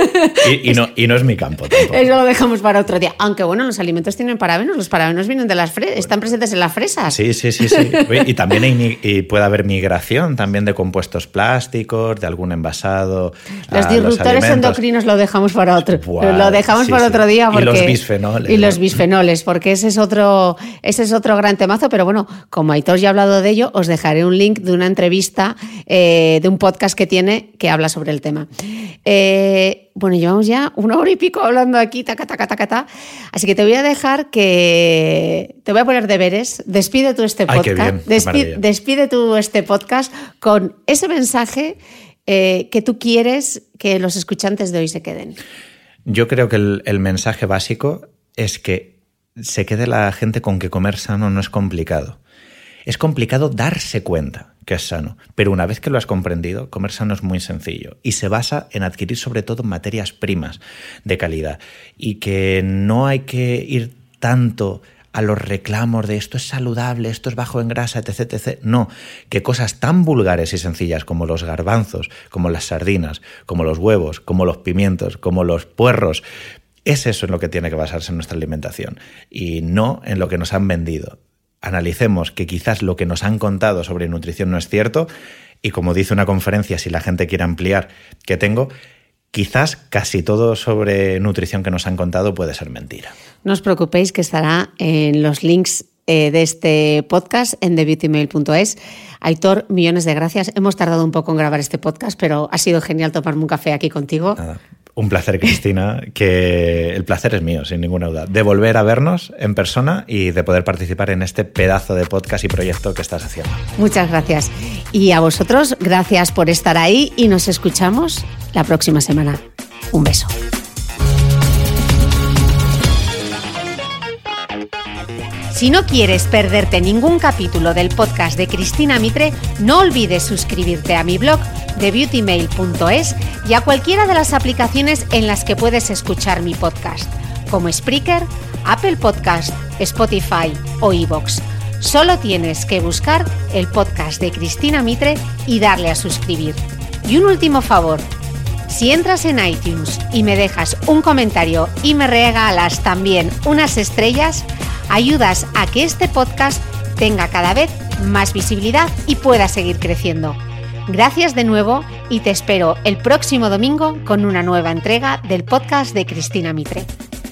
Y no es mi campo tampoco. Eso lo dejamos para otro día. Aunque bueno, los alimentos tienen parabenos. Los parabenos vienen de las fresas. Están presentes en las fresas. Sí. Y también puede haber migración también de compuestos plásticos, de algún envasado. Los disruptores endocrinos lo dejamos para otro. Lo dejamos para otro día. Porque... Y los bisfenoles. Y los bisfenoles, porque ese es otro gran temazo. Pero bueno, como Aitor ya ha hablado de ello, os dejaré un link de una entrevista de un podcast que tiene que habla sobre el tema. Bueno, llevamos ya 1 hora y pico hablando aquí, taca. Así que te voy a dejar te voy a poner deberes. Despide tú este podcast. Ay, qué bien, despide tú este podcast con ese mensaje que tú quieres que los escuchantes de hoy se queden. Yo creo que el mensaje básico es que se quede la gente con que comer sano no es complicado. Es complicado darse cuenta que es sano, pero una vez que lo has comprendido, comer sano es muy sencillo y se basa en adquirir sobre todo materias primas de calidad y que no hay que ir tanto a los reclamos de esto es saludable, esto es bajo en grasa, etc. No, que cosas tan vulgares y sencillas como los garbanzos, como las sardinas, como los huevos, como los pimientos, como los puerros, es eso en lo que tiene que basarse nuestra alimentación y no en lo que nos han vendido. Analicemos que quizás lo que nos han contado sobre nutrición no es cierto y como dice una conferencia, si la gente quiere ampliar, que tengo, quizás casi todo sobre nutrición que nos han contado puede ser mentira. No os preocupéis que estará en los links de este podcast en thebeautymail.es. Aitor, millones de gracias. Hemos tardado un poco en grabar este podcast, pero ha sido genial tomarme un café aquí contigo. Nada. Un placer, Cristina, que el placer es mío, sin ninguna duda, de volver a vernos en persona y de poder participar en este pedazo de podcast y proyecto que estás haciendo. Muchas gracias. Y a vosotros, gracias por estar ahí y nos escuchamos la próxima semana. Un beso. Si no quieres perderte ningún capítulo del podcast de Cristina Mitre, no olvides suscribirte a mi blog thebeautymail.es y a cualquiera de las aplicaciones en las que puedes escuchar mi podcast, como Spreaker, Apple Podcast, Spotify o iVoox. Solo tienes que buscar el podcast de Cristina Mitre y darle a suscribir. Y un último favor, si entras en iTunes y me dejas un comentario y me regalas también unas estrellas, ayudas a que este podcast tenga cada vez más visibilidad y pueda seguir creciendo. Gracias de nuevo y te espero el próximo domingo con una nueva entrega del podcast de Cristina Mitre.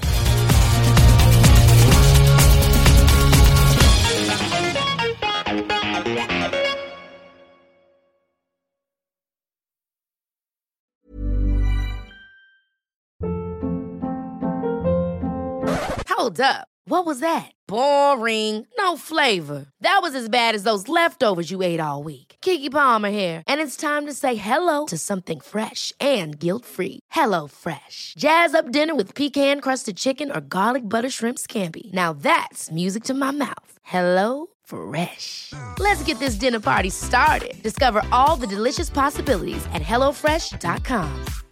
Hold up. What was that? Boring. No flavor. That was as bad as those leftovers you ate all week. Keke Palmer here, and it's time to say hello to something fresh and guilt-free. Hello Fresh. Jazz up dinner with pecan-crusted chicken or garlic butter shrimp scampi. Now that's music to my mouth. Hello Fresh. Let's get this dinner party started. Discover all the delicious possibilities at HelloFresh.com.